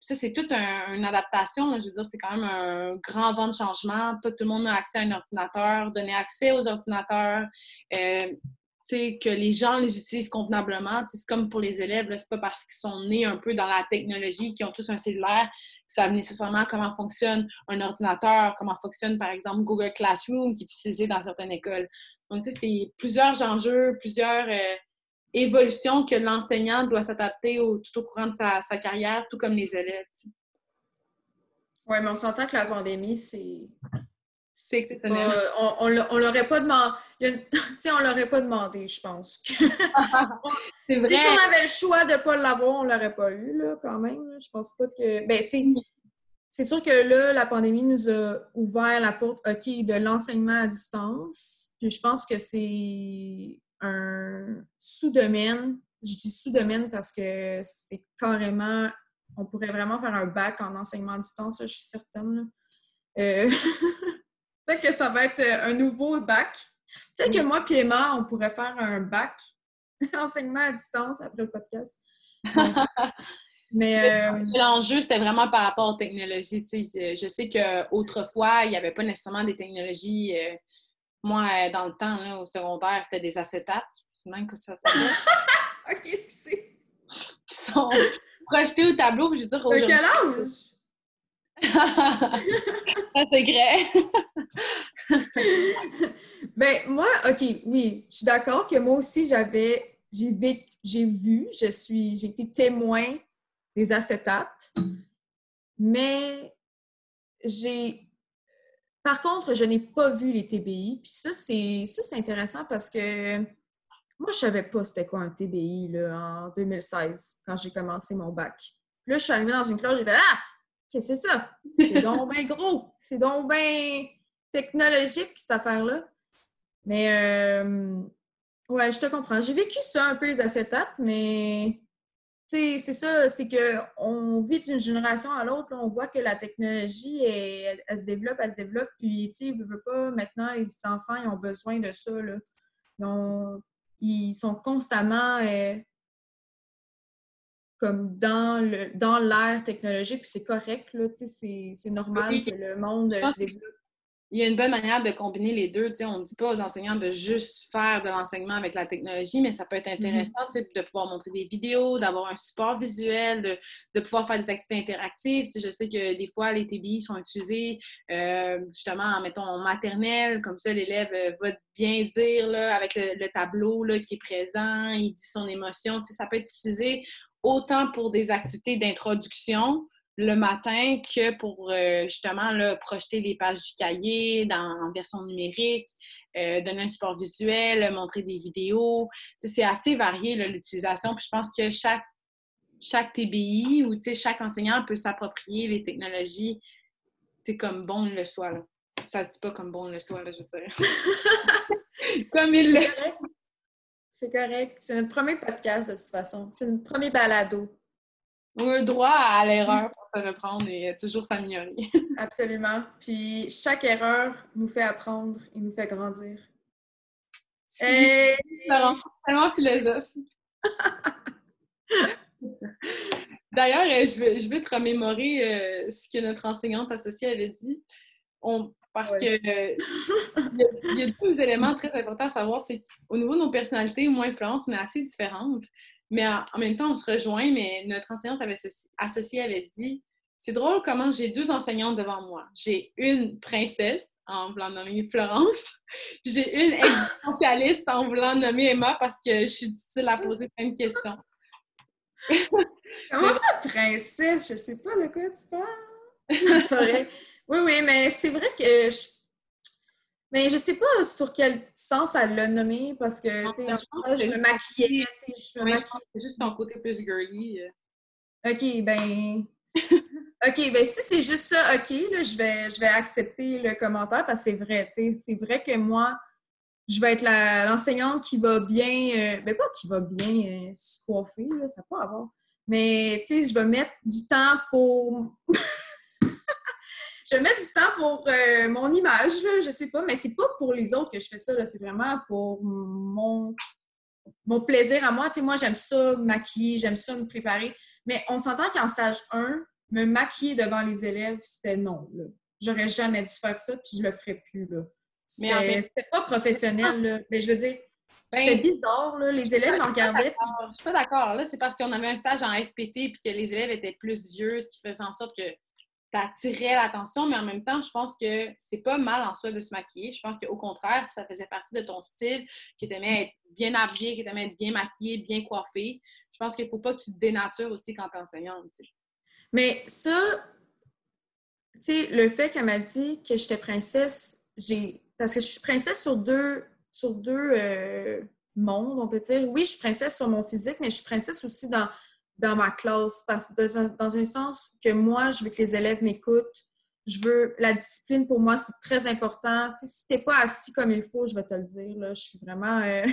ça, c'est toute un, une adaptation. Là. Je veux dire, c'est quand même un grand vent de changement. Pas tout le monde a accès à un ordinateur. Donner accès aux ordinateurs, euh, que les gens les utilisent convenablement. C'est comme pour les élèves, là, c'est pas parce qu'ils sont nés un peu dans la technologie, qu'ils ont tous un cellulaire, qu'ils savent nécessairement comment fonctionne un ordinateur, comment fonctionne, par exemple, Google Classroom, qui est utilisé dans certaines écoles. Donc, tu sais, c'est plusieurs enjeux, plusieurs euh, évolutions que l'enseignant doit s'adapter au, tout au courant de sa, sa carrière, tout comme les élèves. Oui, mais on s'entend que la pandémie, c'est... C'est exceptionnel. Pas, on on, on l'aurait pas demandé. On l'aurait pas demandé, je pense. C'est vrai. Si on avait le choix de ne pas l'avoir, on l'aurait pas eu, là, quand même. Je pense pas que. Ben, tu sais, c'est sûr que là, la pandémie nous a ouvert la porte, OK, de l'enseignement à distance. Puis je pense que c'est un sous-domaine. Je dis sous-domaine parce que c'est carrément. On pourrait vraiment faire un bac en enseignement à distance, là, je suis certaine. Là. Euh... Peut-être que ça va être un nouveau bac. Peut-être que moi et Emma, on pourrait faire un bac enseignement à distance après le podcast. Donc, mais euh... l'enjeu, c'était vraiment par rapport aux technologies. T'sais. Je sais qu'autrefois, il n'y avait pas nécessairement des technologies. Euh, moi, dans le temps, là, au secondaire, c'était des acétates. C'est même que ça s'appelle. OK, c'est. Qui sont projetés au tableau. Je veux dire, aujourd'hui. De quel âge? Ça, c'est vrai. Ben, moi, OK, oui, je suis d'accord que moi aussi, j'avais, j'ai vécu, j'ai vu, je suis, j'ai été témoin des acétates, mais j'ai, par contre, je n'ai pas vu les T B I, puis ça, c'est, ça, c'est intéressant parce que moi, je savais pas c'était quoi un T B I, là, en deux mille seize, quand j'ai commencé mon bac. Puis là, je suis arrivée dans une classe, j'ai fait « Ah! Qu'est-ce que c'est ça? C'est donc bien gros! C'est donc bien technologique, cette affaire-là! » Mais, euh, ouais, je te comprends. J'ai vécu ça un peu, les acétates, mais, tu sais, c'est ça, c'est qu'on vit d'une génération à l'autre, on voit que la technologie, elle, elle se développe, elle se développe, puis, tu sais, je veux pas, maintenant, les enfants, ils ont besoin de ça, là. Ils, ont, ils sont constamment... Euh, comme dans le dans l'ère technologique, puis c'est correct, là, tu sais, c'est, c'est normal oui. que le monde se développe. Il y a une bonne manière de combiner les deux, tu sais, on ne dit pas aux enseignants de juste faire de l'enseignement avec la technologie, mais ça peut être intéressant, mm-hmm. tu sais, de pouvoir montrer des vidéos, d'avoir un support visuel, de, de pouvoir faire des activités interactives, tu sais, je sais que des fois, les T B I sont utilisés, euh, justement, mettons, en maternelle, comme ça, l'élève va bien dire, là, avec le, le tableau, là, qui est présent, il dit son émotion, tu sais, ça peut être utilisé autant pour des activités d'introduction le matin que pour euh, justement là, projeter les pages du cahier dans, en version numérique, euh, donner un support visuel, montrer des vidéos. T'sais, c'est assez varié là, l'utilisation. Puis je pense que chaque, chaque T B I ou chaque enseignant peut s'approprier les technologies comme bon il le soit. Là. Ça ne dit pas comme bon il le soit, là, je veux dire. Comme il le soit. C'est correct. C'est notre premier podcast, de toute façon. C'est notre premier balado. On a le droit à l'erreur pour se reprendre et toujours s'améliorer. Absolument. Puis chaque erreur nous fait apprendre et nous fait grandir. Si, et... C'est tellement philosophe. D'ailleurs, je veux, je veux te remémorer euh, ce que notre enseignante associée avait dit. On, parce ouais. que euh, il, y a, il y a deux éléments très importants à savoir, c'est qu'au niveau de nos personnalités, moi et Florence, on est assez différentes, mais en, en même temps, on se rejoint, mais notre enseignante avait associée avait dit « C'est drôle comment j'ai deux enseignantes devant moi. J'ai une princesse, en voulant nommer Florence, j'ai une existentialiste en voulant nommer Emma parce que je suis difficile à poser plein de questions. » Comment ça, princesse? Je sais pas de quoi tu parles. C'est pas vrai. Oui, oui, mais c'est vrai que je... Mais je sais pas sur quel sens elle l'a nommé parce que, tu sais, en je me maquillais, tu sais, je me oui, maquillais. C'est juste ton côté plus girly. OK, ben... OK, ben si c'est juste ça, OK, là, je vais, je vais accepter le commentaire parce que c'est vrai, tu sais, c'est vrai que moi, je vais être la, l'enseignante qui va bien, euh, ben pas qui va bien euh, se coiffer, là, ça peut avoir, mais, tu sais, je vais mettre du temps pour... Je vais mettre du temps pour euh, mon image, là, je sais pas, mais c'est pas pour les autres que je fais ça, là, c'est vraiment pour mon, mon plaisir à moi. Tu sais, moi, j'aime ça me maquiller, j'aime ça me préparer, mais on s'entend qu'en stage un, me maquiller devant les élèves, c'était non, là. J'aurais jamais dû faire ça, puis je le ferais plus, là. Mais en C'était fait, c'était pas professionnel, là. Mais je veux dire, c'était ben, bizarre, là. Les élèves me regardaient, puis je suis pas d'accord. Là, c'est parce qu'on avait un stage en F P T puis que les élèves étaient plus vieux, ce qui faisait en sorte que ça attirait l'attention, mais en même temps, je pense que c'est pas mal en soi de se maquiller. Je pense qu'au contraire, si ça faisait partie de ton style, que tu aimais être bien habillé, que tu aimais être bien maquillé, bien coiffé, je pense qu'il faut pas que tu te dénatures aussi quand tu es enseignante. T'sais. Mais ça, tu sais, le fait qu'elle m'a dit que j'étais princesse, j'ai. Parce que je suis princesse sur deux, sur deux euh, mondes, on peut dire. Oui, je suis princesse sur mon physique, mais je suis princesse aussi dans, dans ma classe. Parce que dans un, dans un sens que moi, je veux que les élèves m'écoutent. Je veux. La discipline, pour moi, c'est très important. Tu sais, si t'es pas assis comme il faut, je vais te le dire, là, je suis vraiment. Euh...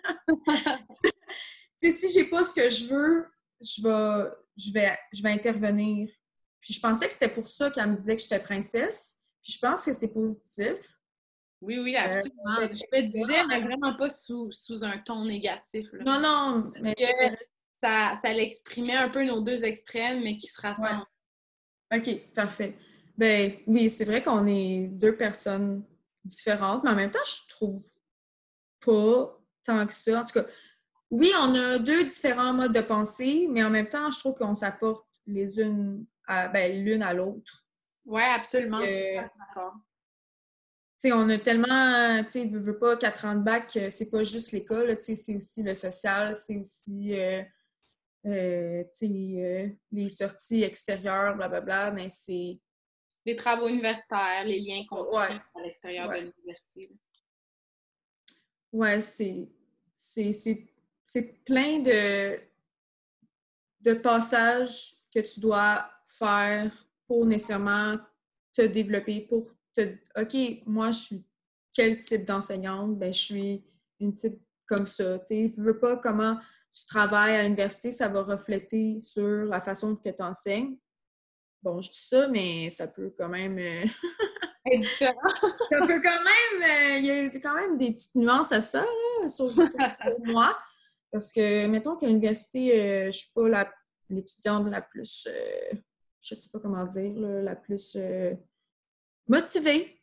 tu sais, si j'ai pas ce que je veux, je vais, je vais, je vais intervenir. Puis je pensais que c'était pour ça qu'elle me disait que j'étais princesse. Puis je pense que c'est positif. Oui, oui, Euh, absolument. d'être Je le ça. disais, mais vraiment pas sous, sous un ton négatif. Là. Non, non, mais Que c'est correct. ça, ça l'exprimait un peu nos deux extrêmes, mais qui se Ouais. rassemblent. OK, parfait. Ben oui, c'est vrai qu'on est deux personnes différentes, mais en même temps, je trouve pas tant que ça. En tout cas, oui, on a deux différents modes de pensée, mais en même temps, je trouve qu'on s'apporte les unes à, ben, l'une à l'autre. Oui, absolument, je suis Euh, d'accord. Tu sais, on a tellement, tu sais, veux, veux pas, quatre ans de bac, euh, c'est pas juste l'école, là, tu sais, c'est aussi le social, c'est aussi, euh, euh, tu sais, euh, les sorties extérieures, blablabla, mais c'est... Les travaux universitaires, les liens qu'on Ouais, crée à l'extérieur de ouais, l'université. Là. ouais, c'est... C'est c'est- c'est plein de, de passages que tu dois faire pour nécessairement te développer, pour te... OK, moi, je suis quel type d'enseignante? Ben, je suis une type comme ça. Tu sais, je veux pas comment tu travailles à l'université, ça va refléter sur la façon que tu enseignes. Bon, je dis ça, mais ça peut quand même... euh, C'est différent. ça peut quand même... euh, Il y a quand même des petites nuances à ça, là, sur, sur- pour moi. Parce que, mettons qu'à l'université, euh, je suis pas la, l'étudiante la plus... euh, je sais pas comment dire, là, la plus euh, motivée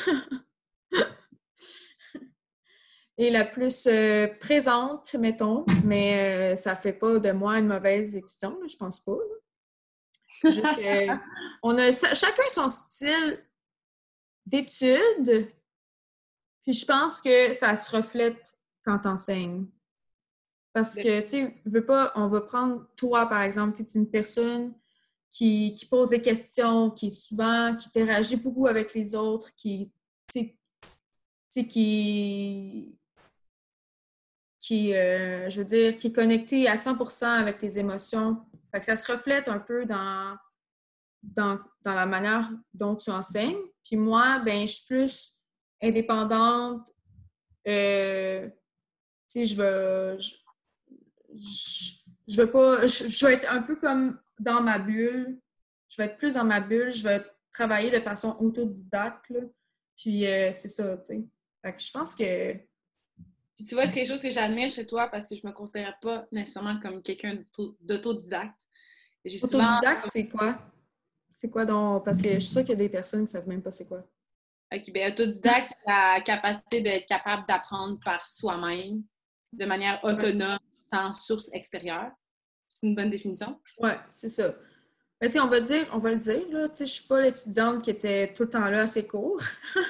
et la plus euh, présente, mettons. Mais euh, ça fait pas de moi une mauvaise étudiante, là, je pense pas. Là. C'est juste que on a chacun son style d'étude, puis je pense que ça se reflète quand t'enseignes. Parce que, tu sais, veux pas, on va prendre toi, par exemple, tu es une personne qui, qui pose des questions, qui est souvent, qui interagit beaucoup avec les autres, qui, tu sais, qui, qui euh, je veux dire, qui est connecté à cent pour cent avec tes émotions. Fait que ça se reflète un peu dans, dans, dans la manière dont tu enseignes. Puis moi, ben, je suis plus indépendante. Euh, tu sais, je veux, je, je, je veux pas, je, je vais être un peu comme dans ma bulle. Je vais être plus dans ma bulle. Je vais travailler de façon autodidacte, là. Puis euh, c'est ça, tu sais. Fait que je pense que... Puis tu vois, c'est quelque chose que j'admire chez toi parce que je me considère pas nécessairement comme quelqu'un d'auto- d'autodidacte. J'ai souvent... Autodidacte, c'est quoi? C'est quoi donc? Parce que je suis sûre qu'il y a des personnes qui ne savent même pas c'est quoi. OK, ben autodidacte, c'est la capacité d'être capable d'apprendre par soi-même de manière Ouais, autonome, sans source extérieure. C'est une bonne définition. ouais, c'est ça. Mais tu sais, on va dire, on va le dire, là, tu sais, je suis pas l'étudiante qui était tout le temps là à ses cours.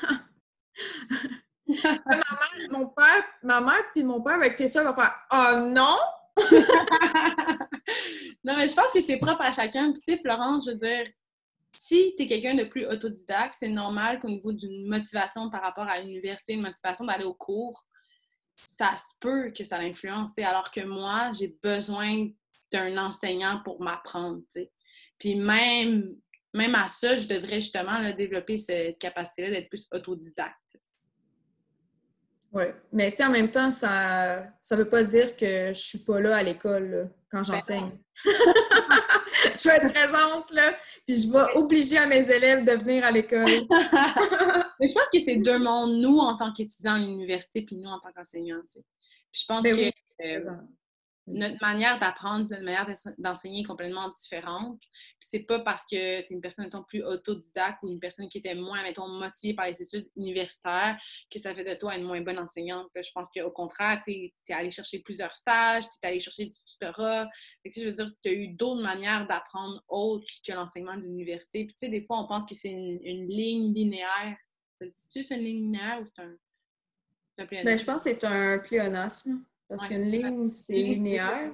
ma mère, mon père, ma mère puis mon père avec tes soeurs vont faire « Oh non! » Non, mais je pense que c'est propre à chacun. Puis tu sais, Florence, je veux dire, si tu es quelqu'un de plus autodidacte, c'est normal qu'au niveau d'une motivation par rapport à l'université, une motivation d'aller au cours, ça se peut que ça l'influence, tu sais, alors que moi, j'ai besoin d'un enseignant pour m'apprendre, tu sais. Puis même, même à ça, je devrais justement là, développer cette capacité-là d'être plus autodidacte. Oui, mais tu sais, en même temps, ça ça veut pas dire que je suis pas là à l'école là, quand Ben, j'enseigne. Je vais être présente, là, puis je vais obliger à mes élèves de venir à l'école. mais je pense que c'est deux mondes, nous en tant qu'étudiants à l'université, puis nous en tant qu'enseignants, tu sais. Puis je pense Ben que oui, euh, présent. notre manière d'apprendre, notre manière d'enseigner est complètement différente. Puis c'est pas parce que tu es une personne, mettons, plus autodidacte ou une personne qui était moins, mettons, motivée par les études universitaires que ça fait de toi une moins bonne enseignante. Je pense qu'au contraire, tu es allé chercher plusieurs stages, tu es allé chercher du tutorat. Fait que, je veux dire, tu as eu d'autres manières d'apprendre autres que l'enseignement de l'université. Puis tu sais, des fois, on pense que c'est une, une ligne linéaire. Ça dit-tu, c'est une ligne linéaire ou c'est un, c'est un pléonasme? Ben, je pense que c'est un pléonasme. Parce Ouais, qu'une ligne, c'est linéaire.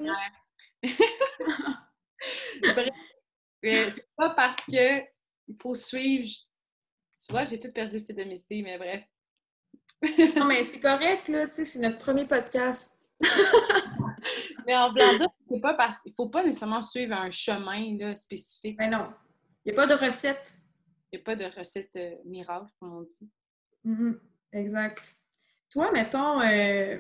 Bref, euh, c'est pas parce que il faut suivre. Tu vois, j'ai tout perdu le fil de mes idées, mais bref. Non, mais c'est correct, là. Tu sais, c'est notre premier podcast. Mais en voulant dire, c'est pas parce qu'il faut pas nécessairement suivre un chemin là, spécifique. Mais non. Il n'y a pas de recette. Il n'y a pas de recette euh, miracle, comme on dit. Mm-hmm. Exact. Toi, mettons, euh,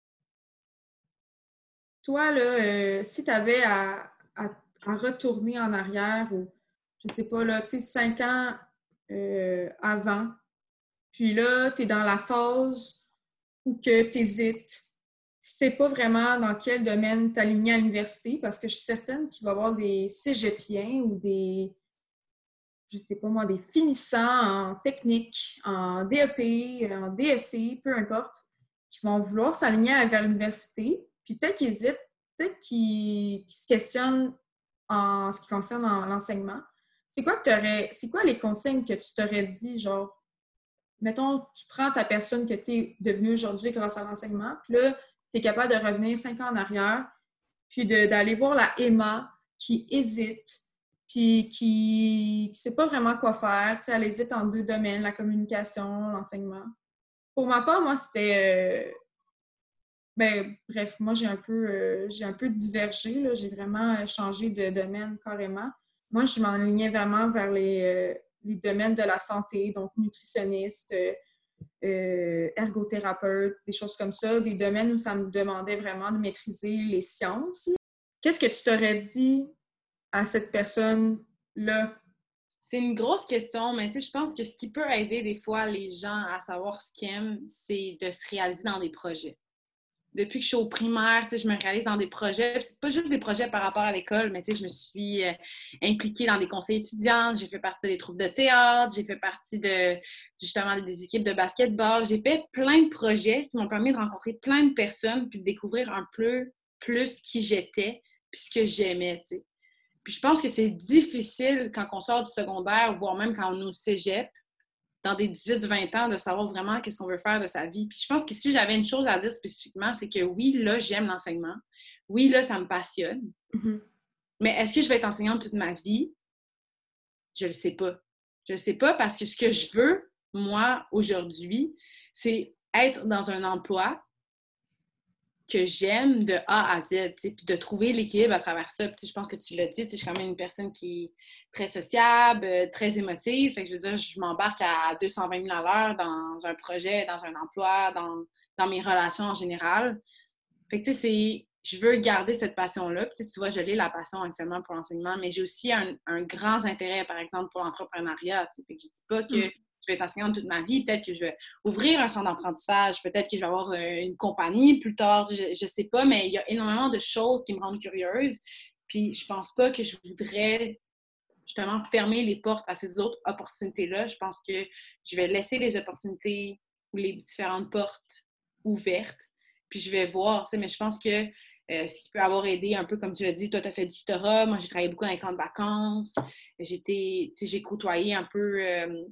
toi, là, euh, si tu avais à, à, à retourner en arrière ou, je sais pas, là, tu sais, cinq ans euh, avant, puis là, tu es dans la phase où que tu hésites, tu sais pas vraiment dans quel domaine t'aligner à l'université, parce que je suis certaine qu'il va y avoir des cégepiens ou des, je sais pas moi, des finissants en technique, en D E P, en D S C, peu importe, qui vont vouloir s'aligner vers l'université, puis peut-être qu'ils hésitent, peut-être qu'ils, qu'ils se questionnent en ce qui concerne l'enseignement. C'est quoi que t'aurais, c'est quoi les consignes que tu t'aurais dit, genre, mettons, tu prends ta personne que tu es devenue aujourd'hui grâce à l'enseignement, puis là, tu es capable de revenir cinq ans en arrière, puis de, d'aller voir la Emma qui hésite, puis qui ne sait pas vraiment quoi faire. Tu sais, elle hésite en deux domaines, la communication, l'enseignement. Pour ma part, moi, c'était... Euh, ben, bref, moi, j'ai un peu, euh, j'ai un peu divergé, là. J'ai vraiment changé de domaine carrément. Moi, je m'enlignais vraiment vers les, euh, les domaines de la santé, donc nutritionniste, euh, euh, ergothérapeute, des choses comme ça, des domaines où ça me demandait vraiment de maîtriser les sciences. Qu'est-ce que tu t'aurais dit à cette personne-là? C'est une grosse question, mais tu sais, je pense que ce qui peut aider des fois les gens à savoir ce qu'ils aiment, c'est de se réaliser dans des projets. Depuis que je suis au primaire, tu sais, je me réalise dans des projets. C'est pas juste des projets par rapport à l'école, mais tu sais, je me suis euh, impliquée dans des conseils étudiants, j'ai fait partie des troupes de théâtre, j'ai fait partie de, justement, des équipes de basketball. J'ai fait plein de projets qui m'ont permis de rencontrer plein de personnes puis de découvrir un peu plus qui j'étais puis ce que j'aimais, tu sais. Puis je pense que c'est difficile quand on sort du secondaire, voire même quand on est au cégep, dans des dix-huit vingt ans, de savoir vraiment qu'est-ce qu'on veut faire de sa vie. Puis je pense que si j'avais une chose à dire spécifiquement, c'est que oui, là, j'aime l'enseignement. Oui, là, ça me passionne. Mm-hmm. Mais est-ce que je vais être enseignante toute ma vie? Je le sais pas. Je le sais pas parce que ce que je veux, moi, aujourd'hui, c'est être dans un emploi que j'aime de A à Z, puis de trouver l'équilibre à travers ça. Puis je pense que tu l'as dit, je suis quand même une personne qui est très sociable, très émotive. Fait que je veux dire, je m'embarque à deux cent vingt mille à l'heure dans un projet, dans un emploi, dans, dans mes relations en général. Fait que tu sais, c'est... Je veux garder cette passion-là. Puis tu vois, je l'ai la passion actuellement pour l'enseignement, mais j'ai aussi un, un grand intérêt, par exemple, pour l'entrepreneuriat. Fait que je dis pas que Mm. je vais être enseignante toute ma vie. Peut-être que je vais ouvrir un centre d'apprentissage. Peut-être que je vais avoir une compagnie plus tard. Je ne sais pas, mais il y a énormément de choses qui me rendent curieuse. Puis je pense pas que je voudrais justement fermer les portes à ces autres opportunités-là. Je pense que je vais laisser les opportunités ou les différentes portes ouvertes. Puis je vais voir, tu sais, mais je pense que euh, ce qui peut avoir aidé un peu, comme tu l'as dit, toi, tu as fait du tutorat. Moi, j'ai travaillé beaucoup dans les camps de vacances. J'étais, tu sais, j'ai côtoyé un peu euh,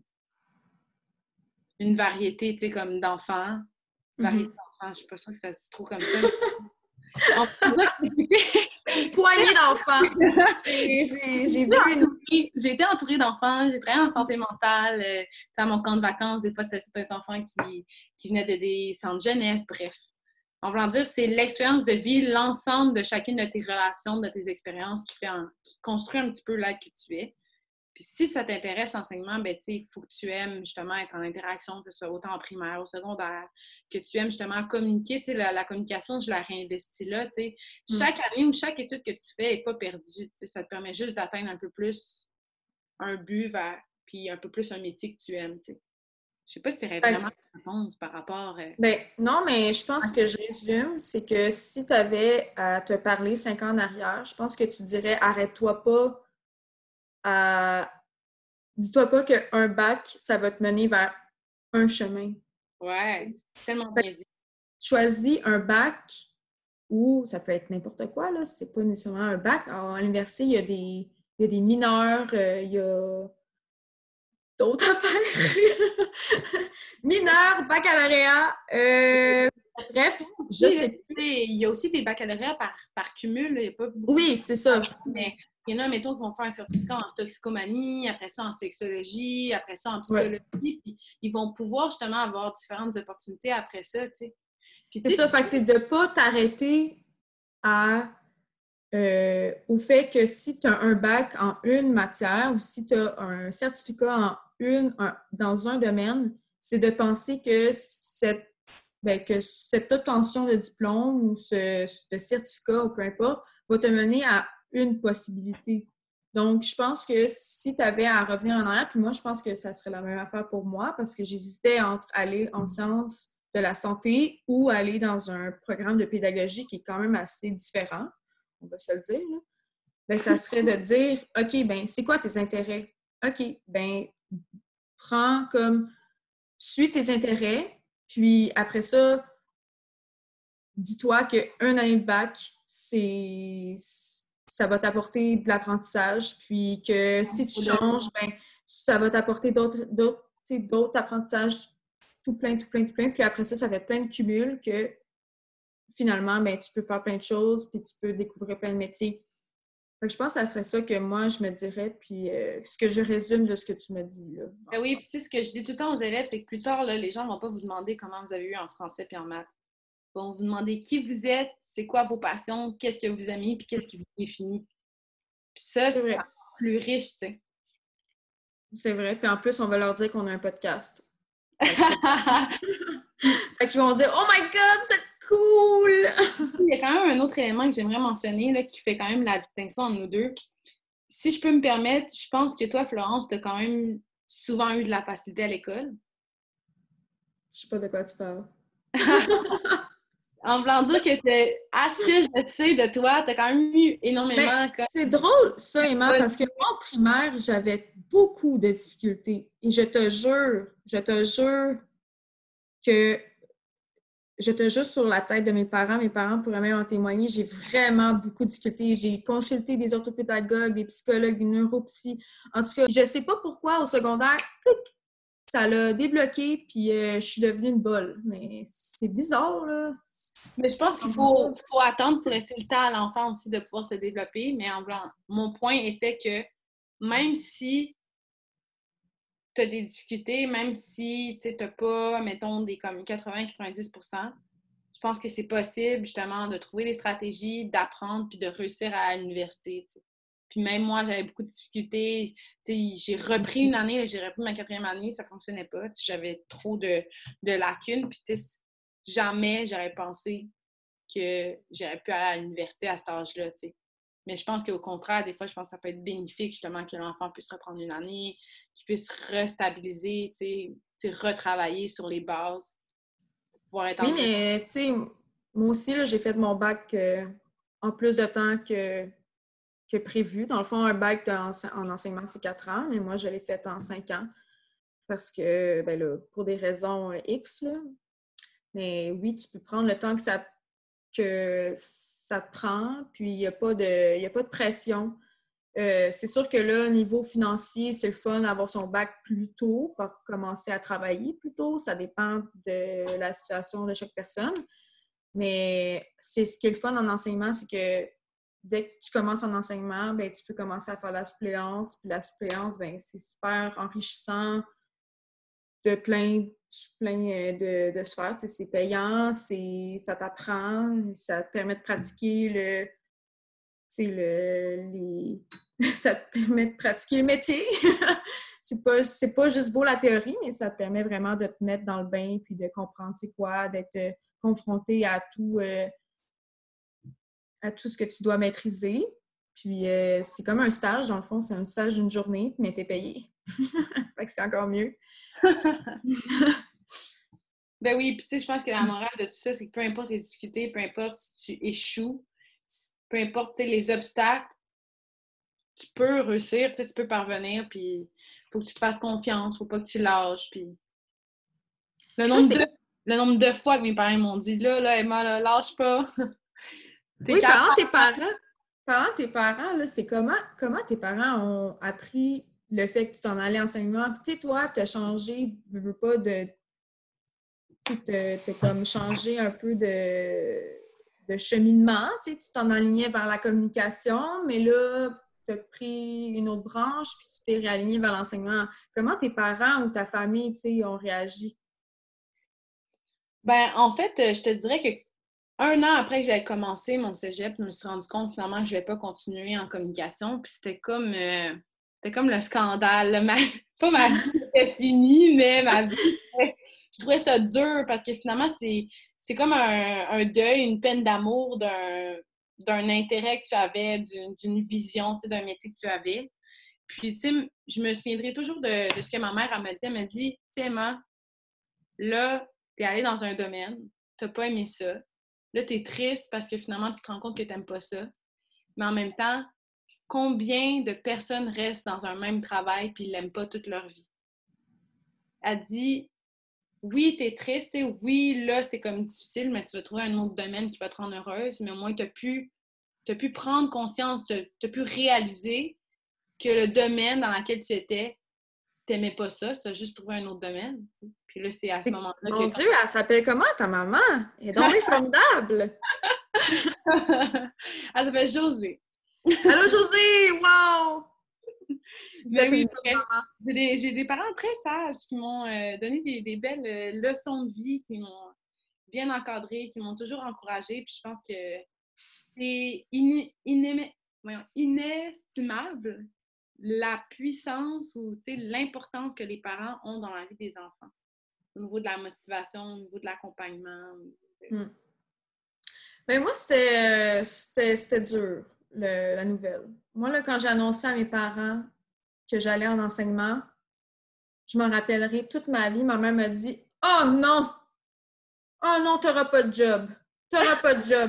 une variété, tu sais, comme d'enfants. Variété Mm-hmm. d'enfants, je suis pas sûre que ça se trouve comme ça. En fait, Poignée d'enfants! J'ai, j'ai, j'ai vu une... J'ai été entourée d'enfants, j'ai travaillé en santé mentale, euh, à mon camp de vacances, des fois c'était certains enfants qui, qui venaient de des centres jeunesse, bref. En voulant dire, c'est l'expérience de vie, l'ensemble de chacune de tes relations, de tes expériences qui, fait un, qui construit un petit peu l'être que tu es. Puis si ça t'intéresse l'enseignement, ben tu sais, il faut que tu aimes justement être en interaction, que ce soit autant en primaire, au secondaire, que tu aimes justement communiquer. Tu sais, la, la communication, je la réinvestis là. Tu sais. Mm. Chaque année ou chaque étude que tu fais n'est pas perdue. Tu sais, ça te permet juste d'atteindre un peu plus un but vers, puis un peu plus un métier que tu aimes. Tu sais. Je sais pas si c'est Fait vraiment que, la réponse par rapport... euh, ben, non, mais je pense que je résume, c'est que si tu avais à te parler cinq ans en arrière, je pense que tu dirais arrête-toi pas à. Dis-toi pas qu'un bac, ça va te mener vers un chemin. Ouais, c'est tellement Fait bien dit. que choisis un bac ou ça peut être n'importe quoi, là. C'est pas nécessairement un bac. Alors, à l'université, il y a des, il y a des mineurs, euh, il y a d'autres affaires. Mineurs, baccalauréat, euh, bref, je Aussi, là, sais plus. tu sais, il y a aussi des baccalauréats par, par cumul, là, il n'y a pas beaucoup de Oui, c'est ça. mais il y en a, mettons, qui vont faire un certificat en toxicomanie, après ça en sexologie, après ça en Ouais. psychologie, puis ils vont pouvoir justement avoir différentes opportunités après ça, tu sais. Puis C'est tu sais, ça, fait que c'est de ne pas t'arrêter à, euh, au fait que si tu as un bac en une matière ou si tu as un certificat en une, un- dans un domaine, c'est de penser que cette, ben, que cette obtention de diplôme ou ce, ce certificat ou peu importe va te mener à une possibilité. Donc, je pense que si tu avais à revenir en arrière, puis moi, je pense que ça serait la même affaire pour moi parce que j'hésitais entre aller en sciences de la santé ou aller dans un programme de pédagogie qui est quand même assez différent, on va se le dire, là. Ben, ça serait de dire, OK, ben c'est quoi tes intérêts? OK, ben prends comme, suis tes intérêts, puis après ça, dis-toi qu'une année de bac, c'est ça va t'apporter de l'apprentissage, puis que si tu changes, ben ça va t'apporter d'autres d'autres tu sais, d'autres apprentissages tout plein, tout plein, tout plein. Puis après ça, ça fait plein de cumuls que finalement, ben, tu peux faire plein de choses, puis tu peux découvrir plein de métiers. Fait que je pense que ça serait ça que moi, je me dirais, puis euh, ce que je résume de ce que tu me dis, là. ben oui, puis tu sais, ce que je dis tout le temps aux élèves, c'est que plus tard, là, les gens ne vont pas vous demander comment vous avez eu en français puis en maths. Ils vont vous demander qui vous êtes, c'est quoi vos passions, qu'est-ce que vous aimez, puis qu'est-ce qui vous définit. Puis ça, C'est c'est vrai. encore plus riche, tu sais. C'est vrai. Puis en plus, on va leur dire qu'on a un podcast. Fait que fait qu'ils vont dire « Oh my God, vous êtes cool! » Il y a quand même un autre élément que j'aimerais mentionner là, qui fait quand même la distinction entre nous deux. Si je peux me permettre, je pense que toi, Florence, tu as quand même souvent eu de la facilité à l'école. Je sais pas de quoi tu parles. En voulant dire que t'es- à ce que je sais de toi, tu as quand même eu Mais énormément comme, c'est drôle, ça, Emma, parce que bonne- moi, en primaire, j'avais beaucoup de difficultés. Et je te jure, je te jure que je te jure sur la tête de mes parents, mes parents pourraient même en témoigner, j'ai vraiment beaucoup de difficultés. J'ai consulté des orthopédagogues, des psychologues, des neuropsy. En tout cas, je sais pas pourquoi au secondaire, clic, ça l'a débloqué, puis euh, je suis devenue une bolle. Mais c'est bizarre, là. Mais je pense qu'il faut, faut attendre, il faut laisser le temps à l'enfant aussi de pouvoir se développer. Mais en voulant, mon point était que même si tu as des difficultés, même si tu n'as pas, mettons, des comme quatre-vingts à quatre-vingt-dix pour cent, je pense que c'est possible justement de trouver des stratégies, d'apprendre puis de réussir à l'université. T'sais. Puis même moi, j'avais beaucoup de difficultés. T'sais, j'ai repris une année, j'ai repris ma quatrième année, ça ne fonctionnait pas. J'avais trop de, de lacunes. Puis jamais j'aurais pensé que j'aurais pu aller à l'université à cet âge-là. T'sais. Mais je pense qu'au contraire, des fois, je pense que ça peut être bénéfique justement que l'enfant puisse reprendre une année, qu'il puisse restabiliser, t'sais, t'sais, retravailler sur les bases, pouvoir être Oui, en mesure. mais tu sais, moi aussi, là, j'ai fait mon bac euh, en plus de temps que, que prévu. Dans le fond, un bac en, en enseignement, c'est quatre ans, mais moi, je l'ai fait en cinq ans parce que, ben là, pour des raisons euh, X, là. Mais oui, tu peux prendre le temps que ça, que ça te prend, puis il n'y a pas de, il y a pas de pression. Euh, c'est sûr que là, au niveau financier, c'est le fun d'avoir son bac plus tôt pour commencer à travailler plus tôt. Ça dépend de la situation de chaque personne. Mais c'est ce qui est le fun en enseignement, c'est que dès que tu commences en enseignement, ben, tu peux commencer à faire la suppléance. Puis la suppléance, ben, c'est super enrichissant de plein, plein euh, de, de sphères. Tu sais, c'est payant, c'est, ça t'apprend, ça te permet de pratiquer le, tu sais, le, les... ça te permet de pratiquer le métier. c'est pas, c'est pas juste beau la théorie, mais ça te permet vraiment de te mettre dans le bain puis de comprendre c'est quoi, d'être euh, confronté à tout, euh, à tout ce que tu dois maîtriser. Puis euh, c'est comme un stage, dans le fond, c'est un stage d'une journée, mais t'es payé. Fait que c'est encore mieux. Ben oui, puis tu sais, je pense que la morale de tout ça, c'est que peu importe les difficultés, peu importe si tu échoues, peu importe, tu sais, les obstacles, tu peux réussir, tu sais, tu peux parvenir, puis faut que tu te fasses confiance, faut pas que tu lâches, puis le Toi, nombre c'est... de, le nombre de fois que mes parents m'ont dit, là, là, Emma, là, lâche pas, t'es Oui, capable. parlant de tes parents, parlant de tes parents, là, c'est comment, comment tes parents ont appris le fait que tu t'en allais en enseignement? Puis, tu sais, toi, tu as changé, je veux pas, de... Tu as comme changé un peu de, de cheminement, tu sais, tu t'en alignais vers la communication, mais là, tu as pris une autre branche, puis tu t'es réaligné vers l'enseignement. Comment tes parents ou ta famille, tu sais, ont réagi? Ben, en fait, euh, je te dirais que un an après que j'avais commencé mon cégep, je me suis rendu compte finalement que je ne vais pas continuer en communication. Puis c'était comme, euh, c'était comme le scandale. Là. Ma- pas ma vie était finie, mais ma vie, c'était- je trouvais ça dur parce que finalement, c'est, c'est comme un, un deuil, une peine d'amour d'un, d'un intérêt que tu avais, d'une, d'une vision, tu sais, d'un métier que tu avais. Puis, tu sais, je me souviendrai toujours de, de ce que ma mère elle m'a dit. Elle m'a dit, tu sais, Emma, là, tu es allée dans un domaine, tu n'as pas aimé ça. Là, tu es triste parce que finalement, tu te rends compte que tu n'aimes pas ça. Mais en même temps, combien de personnes restent dans un même travail puis ils l'aiment pas toute leur vie? Elle dit, oui, tu es triste, et oui, là, c'est comme difficile, mais tu vas trouver un autre domaine qui va te rendre heureuse, mais au moins, tu as pu, t'as pu prendre conscience, tu as pu réaliser que le domaine dans lequel tu étais, tu n'aimais pas ça, tu as juste trouvé un autre domaine. Puis là, c'est à ce C'est- moment-là que... Mon Dieu, elle s'appelle comment ta maman? Elle est donc bien formidable! Elle s'appelle Josée. Allô, Josée! Wow! Vous Mais êtes oui, une bonne bref. maman. J'ai des, j'ai des parents très sages qui m'ont euh, donné des, des belles euh, leçons de vie, qui m'ont bien encadrée, qui m'ont toujours encouragée. Puis je pense que c'est ini- inéme- voyons, inestimable la puissance ou tu sais, l'importance que les parents ont dans la vie des enfants, au niveau de la motivation, au niveau de l'accompagnement. Hmm. Ben moi, c'était, euh, c'était, c'était dur, le- la nouvelle. Moi, là, quand j'ai annoncé à mes parents que j'allais en enseignement, je me rappellerai toute ma vie, ma mère m'a dit « Oh non! Oh non, t'auras pas de job! T'auras pas de job! »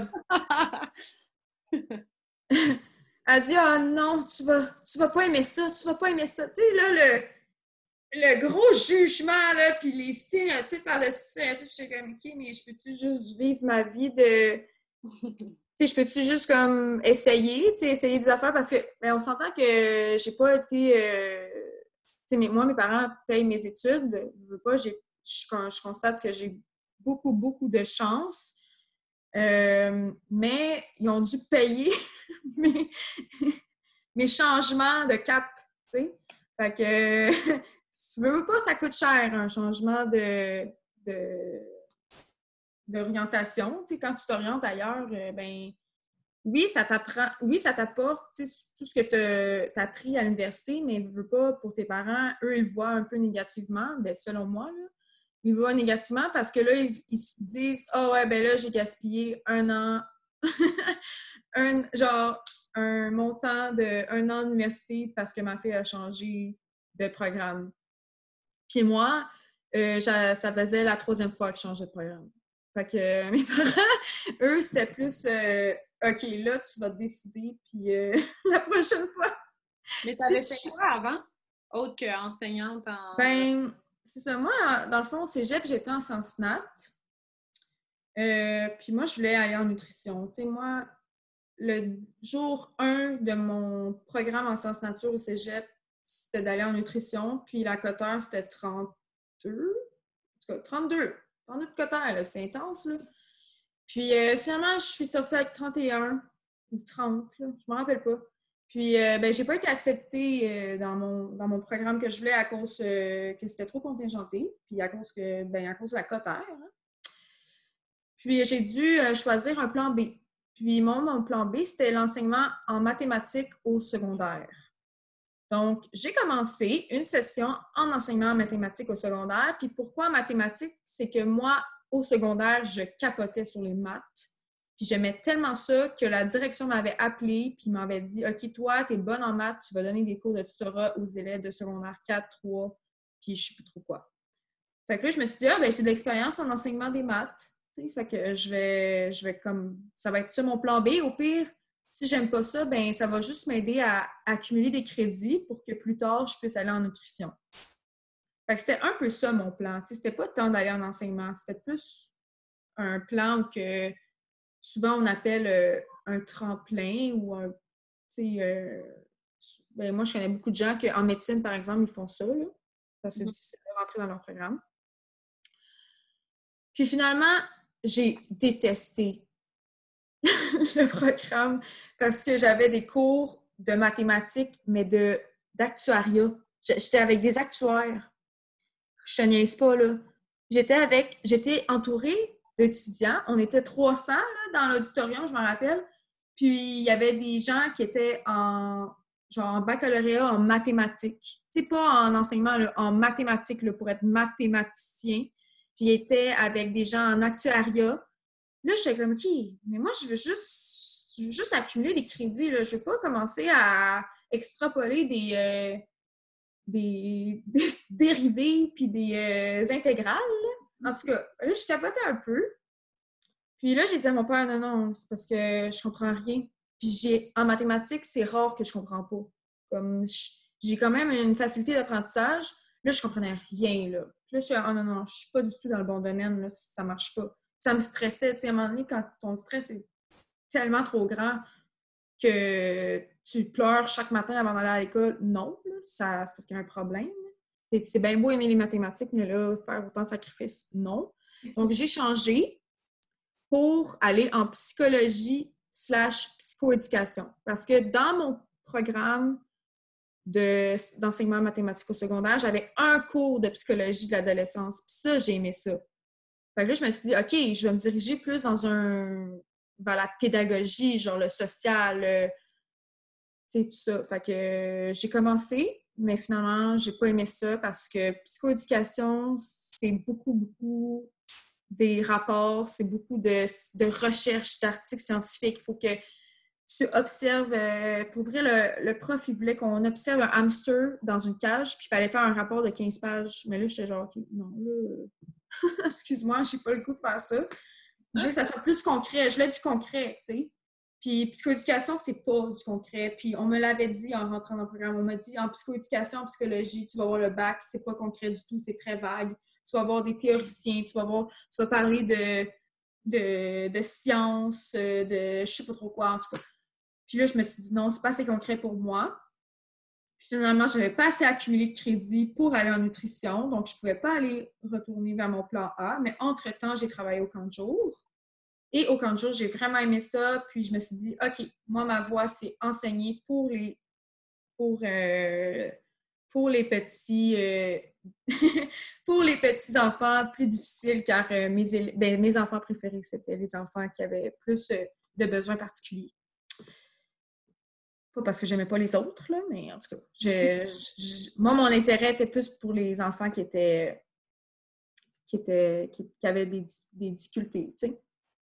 Elle dit « Oh non, tu vas, tu vas pas aimer ça, tu vas pas aimer ça. » Tu sais, là, le, le gros jugement, là, puis les stéréotypes par-dessus stéréotypes, je suis comme « OK, mais je peux-tu juste vivre ma vie de... » Tu sais, je peux-tu juste comme essayer, tu sais, essayer des affaires parce que ben, on s'entend que j'ai pas été. Euh, tu sais, mais moi, mes parents payent mes études. Je veux pas, j'ai, je, je constate que j'ai beaucoup, beaucoup de chance. Euh, mais ils ont dû payer mes, mes changements de cap, tu sais. Fait que, si tu veux pas, ça coûte cher, un changement de, de, d'orientation. Tu sais, quand tu t'orientes ailleurs, euh, ben oui, ça t'apprend, oui, ça t'apporte tu sais, tout ce que tu as appris à l'université, mais je veux pas, pour tes parents, eux, ils le voient un peu négativement, ben, selon moi, là. Ils le voient négativement parce que là, ils, ils se disent « Ah oh ouais, ben là, j'ai gaspillé un an, un, genre un montant de un an d'université parce que ma fille a changé de programme. » Puis moi, euh, ça faisait la troisième fois que je changeais de programme. Fait que euh, mes parents, eux, c'était plus euh, OK, là, tu vas te décider, puis euh, la prochaine fois. Mais tu Si avais fait tu... quoi avant? Autre qu'enseignante en... Ben, c'est ça. Moi, dans le fond, au cégep, j'étais en sciences nat. Euh, puis moi, je voulais aller en nutrition. Tu sais, moi, le jour un de mon programme en sciences nature au cégep, c'était d'aller en nutrition. Puis la coteur, c'était trente-deux. En tout cas, trente-deux. trente-deux de coteur, là. C'est intense, là. Puis euh, finalement, je suis sortie avec trente et un ou trente, là. Je me rappelle pas. Puis, euh, ben, j'ai pas été acceptée euh, dans, mon, dans mon programme que je voulais à cause euh, que c'était trop contingenté. Puis à cause que, ben, à cause de la coteur. Hein. Puis j'ai dû euh, choisir un plan B. Puis mon, mon plan B, c'était l'enseignement en mathématiques au secondaire. Donc, j'ai commencé une session en enseignement en mathématiques au secondaire. Puis pourquoi en mathématiques? C'est que moi, au secondaire, je capotais sur les maths. Puis j'aimais tellement ça que la direction m'avait appelée puis m'avait dit « OK, toi, t'es bonne en maths, tu vas donner des cours de tutorat aux élèves de secondaire quatre, trois, puis je sais plus trop quoi. » Fait que là, je me suis dit « Ah, ben j'ai de l'expérience en enseignement des maths. » Fait que je vais, je vais comme... Ça va être ça mon plan B. Au pire, si j'aime pas ça, ben ça va juste m'aider à, à accumuler des crédits pour que plus tard, je puisse aller en nutrition. Fait que c'était un peu ça mon plan. T'sais, c'était pas tant d'aller en enseignement, c'était plus un plan que souvent on appelle euh, un tremplin ou un. Euh, ben moi, je connais beaucoup de gens qu'en médecine, par exemple, ils font ça, là, parce que c'est mm-hmm. difficile de rentrer dans leur programme. Puis finalement, j'ai détesté le programme parce que j'avais des cours de mathématiques, mais de, d'actuariat. J'étais avec des actuaires. Je te niaise pas, là. J'étais avec, j'étais entourée d'étudiants. On était trois cents là, dans l'auditorium, je me rappelle. Puis, il y avait des gens qui étaient en, genre, en baccalauréat en mathématiques. Tu sais, pas en enseignement, là, en mathématiques, là, pour être mathématicien. Puis, j'étais avec des gens en actuariat. Là, j'étais comme, OK, mais moi, je veux juste, je veux juste accumuler des crédits, là. Je veux pas commencer à extrapoler des... Euh, Des, des dérivés puis des euh, intégrales. Là. En tout cas, là, je capotais un peu. Puis là, j'ai dit à mon père, non, non, c'est parce que je comprends rien. Puis j'ai, en mathématiques, c'est rare que je comprends pas. Comme, j'ai quand même une facilité d'apprentissage. Là, je comprenais rien, là. Puis là, je suis oh non, non, je suis pas du tout dans le bon domaine, là, ça marche pas. Ça me stressait, tu sais, à un moment donné, quand ton stress est tellement trop grand que tu pleures chaque matin avant d'aller à l'école, non, là, ça, c'est parce qu'il y a un problème. C'est bien beau aimer les mathématiques, mais là, faire autant de sacrifices, non. Donc, j'ai changé pour aller en psychologie slash psychoéducation. Parce que dans mon programme de, d'enseignement mathématique au secondaire, j'avais un cours de psychologie de l'adolescence. Puis ça, j'ai aimé ça. Fait que là, je me suis dit, OK, je vais me diriger plus dans un... vers la pédagogie, genre le social, euh, tu sais, tout ça. Fait que euh, j'ai commencé, mais finalement, j'ai pas aimé ça parce que psychoéducation, c'est beaucoup, beaucoup des rapports, c'est beaucoup de, de recherches, d'articles scientifiques. Il faut que tu observes... Euh, pour vrai, le, le prof, il voulait qu'on observe un hamster dans une cage, puis il fallait faire un rapport de quinze pages. Mais là, j'étais genre, OK, non, là... excuse-moi, j'ai pas le goût de faire ça. Je veux que ça soit plus concret. Je voulais du concret, tu sais. Puis psychoéducation, c'est pas du concret. Puis on me l'avait dit en rentrant dans le programme. On m'a dit, en psychoéducation, en psychologie, tu vas voir le bac, c'est pas concret du tout, c'est très vague. Tu vas voir des théoriciens, tu vas voir, tu vas parler de, de, de science, de je sais pas trop quoi, en tout cas. Puis là, je me suis dit, non, c'est pas assez concret pour moi. Puis finalement, je n'avais pas assez accumulé de crédit pour aller en nutrition, donc je ne pouvais pas aller retourner vers mon plan A. Mais entre-temps, j'ai travaillé au camp de jour. Et au camp de jour, j'ai vraiment aimé ça. Puis je me suis dit, OK, moi, ma voie, c'est enseigner pour les, pour, euh, pour les petits euh, pour les petits enfants plus difficiles, car euh, mes, éle- ben, mes enfants préférés, c'était les enfants qui avaient plus euh, de besoins particuliers. Pas parce que j'aimais pas les autres, là, mais en tout cas, je, je, moi, mon intérêt était plus pour les enfants qui étaient qui étaient qui, qui avaient des, des difficultés, tu sais.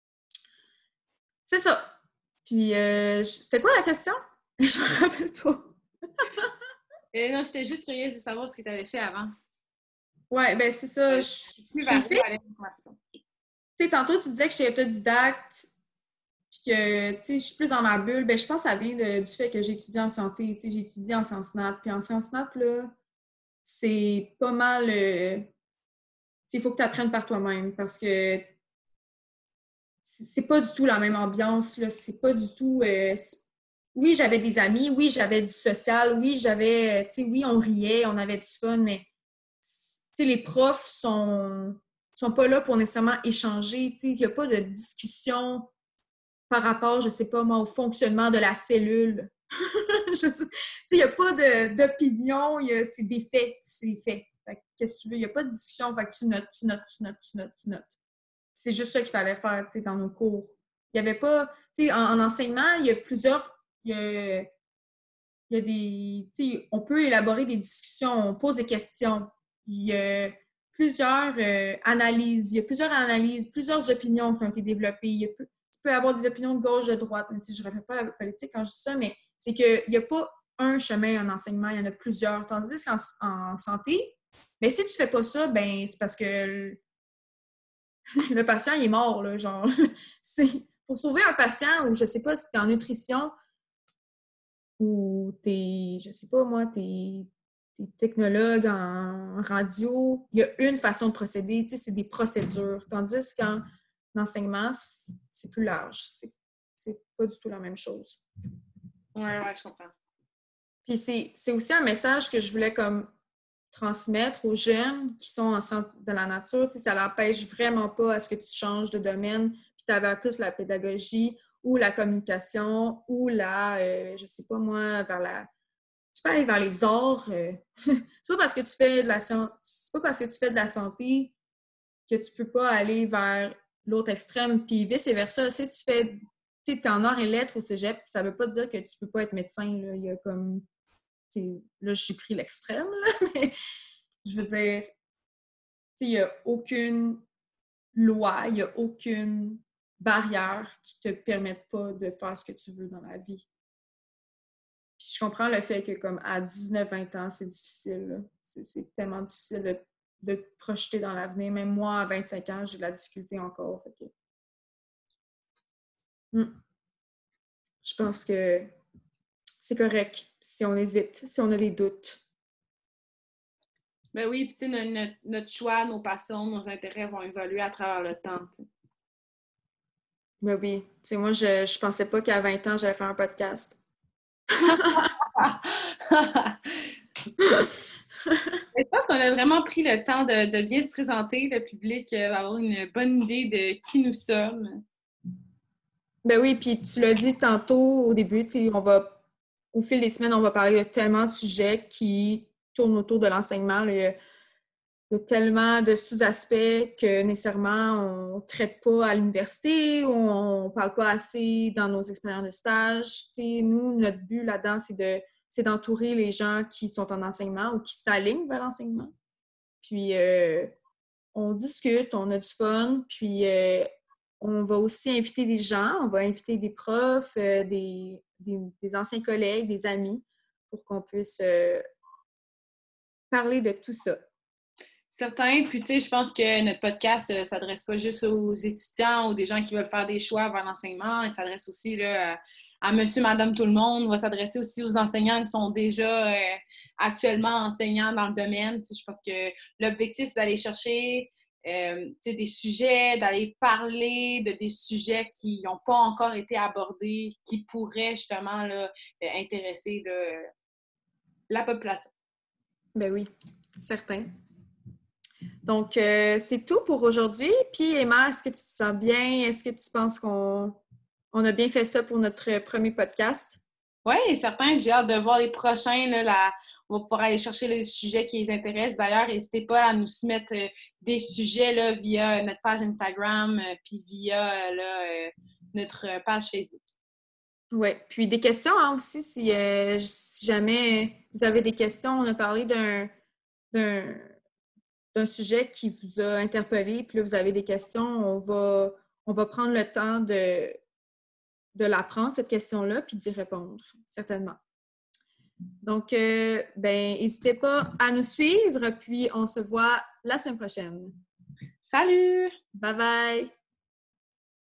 C'est ça. Puis, euh, c'était quoi la question? Je me rappelle pas. euh, non, j'étais juste curieuse de savoir ce que tu avais fait avant. Ouais, ben c'est ça. Euh, je suis une fille. Tu sais, tantôt, tu disais que j'étais autodidacte. Puis que, tu sais, je suis plus dans ma bulle, ben je pense que ça vient de, du fait que j'ai étudié en santé, tu sais, j'ai étudié en sciences nat. Puis en sciences nat, là, c'est pas mal... Euh, tu sais, il faut que tu apprennes par toi-même parce que c'est pas du tout la même ambiance, là. C'est pas du tout... Euh, oui, j'avais des amis, oui, j'avais du social, oui, j'avais... Tu sais, oui, on riait, on avait du fun, mais, tu sais, les profs sont, sont pas là pour nécessairement échanger, tu sais, il y a pas de discussion par rapport, je sais pas moi, au fonctionnement de la cellule. Il n'y a pas de, d'opinion, c'est des faits, c'est fait. Fait que, qu'est-ce que tu veux? Il n'y a pas de discussion, fait que tu notes, tu notes, tu notes, tu notes, tu notes. C'est juste ça qu'il fallait faire, tu sais, dans nos cours. Il n'y avait pas, tu sais, en, en enseignement, il y a plusieurs, il y a, il y a des, tu sais, on peut élaborer des discussions, on pose des questions. Il y a plusieurs euh, analyses, il y a plusieurs analyses, plusieurs opinions qui ont été développées. Il y a peux avoir des opinions de gauche, de droite, même si je ne refais pas la politique quand je dis ça, mais c'est qu'il n'y a pas un chemin en enseignement, il y en a plusieurs. Tandis qu'en en santé, mais si tu ne fais pas ça, ben c'est parce que le, le patient il est mort, là, genre. C'est pour sauver un patient, ou je ne sais pas si tu es en nutrition, ou t'es, je sais pas moi, t'es, t'es technologue en radio, il y a une façon de procéder, tu sais, c'est des procédures. Tandis qu'en enseignement, c'est plus large. C'est, c'est pas du tout la même chose. Ouais, ouais, je comprends. Puis c'est, c'est aussi un message que je voulais comme transmettre aux jeunes qui sont en centre de la nature. Tu sais, ça l'empêche vraiment pas à ce que tu changes de domaine, puis tu avais plus la pédagogie ou la communication ou la, euh, je sais pas moi, vers la... Tu peux aller vers les arts. Euh... c'est pas parce que tu fais de la c'est pas parce que tu fais de la santé que tu peux pas aller vers l'autre extrême, puis vice-versa. Si tu fais, tu sais, t'es en arts et lettres au cégep, ça veut pas dire que tu peux pas être médecin, là. Il y a comme... Là, je suis pris l'extrême, là, mais je veux dire, il n'y a aucune loi, il n'y a aucune barrière qui ne te permette pas de faire ce que tu veux dans la vie. Puis je comprends le fait que, comme à dix-neuf vingt ans, c'est difficile. C'est, c'est tellement difficile de, de te projeter dans l'avenir. Même moi, à vingt-cinq ans, j'ai de la difficulté encore. Fait que... hmm. Je pense que c'est correct si on hésite, si on a des doutes. Ben oui, puis tu sais, notre, notre choix, nos passions, nos intérêts vont évoluer à travers le temps. T'sais. Ben oui. T'sais, moi, je ne pensais pas qu'à vingt ans, j'allais faire un podcast. Je pense qu'on a vraiment pris le temps de, de bien se présenter. Le public va avoir une bonne idée de qui nous sommes. Ben oui, puis tu l'as dit tantôt au début, on va, au fil des semaines, on va parler de tellement de sujets qui tournent autour de l'enseignement. Il y a, il y a tellement de sous-aspects que nécessairement on ne traite pas à l'université, ou on ne parle pas assez dans nos expériences de stage. T'sais, nous, notre but là-dedans, c'est de c'est d'entourer les gens qui sont en enseignement ou qui s'alignent vers l'enseignement. Puis, euh, on discute, on a du fun, puis euh, on va aussi inviter des gens, on va inviter des profs, euh, des, des, des anciens collègues, des amis, pour qu'on puisse euh, parler de tout ça. Certain. Puis, tu sais, je pense que notre podcast ne euh, s'adresse pas juste aux étudiants ou des gens qui veulent faire des choix vers l'enseignement. Il s'adresse aussi là, à monsieur, madame, tout le monde. Il va s'adresser aussi aux enseignants qui sont déjà euh, actuellement enseignants dans le domaine. Tu sais, je pense que l'objectif, c'est d'aller chercher euh, tu sais, des sujets, d'aller parler de des sujets qui n'ont pas encore été abordés, qui pourraient justement là, intéresser là, la population. Ben oui, certain. Donc, euh, c'est tout pour aujourd'hui. Puis, Emma, est-ce que tu te sens bien? Est-ce que tu penses qu'on on a bien fait ça pour notre premier podcast? Oui, certain. J'ai hâte de voir les prochains. Là, la... On va pouvoir aller chercher les sujets qui les intéressent. D'ailleurs, n'hésitez pas à nous soumettre euh, des sujets là, via notre page Instagram euh, puis via euh, là, euh, notre page Facebook. Oui. Puis des questions hein, aussi, si, euh, si jamais vous avez des questions. On a parlé d'un, d'un, d'un sujet qui vous a interpellé, puis là, vous avez des questions. On va, on va prendre le temps de, de l'apprendre, cette question-là, puis d'y répondre, certainement. Donc, euh, ben, n'hésitez pas à nous suivre, puis on se voit la semaine prochaine. Salut! Bye bye!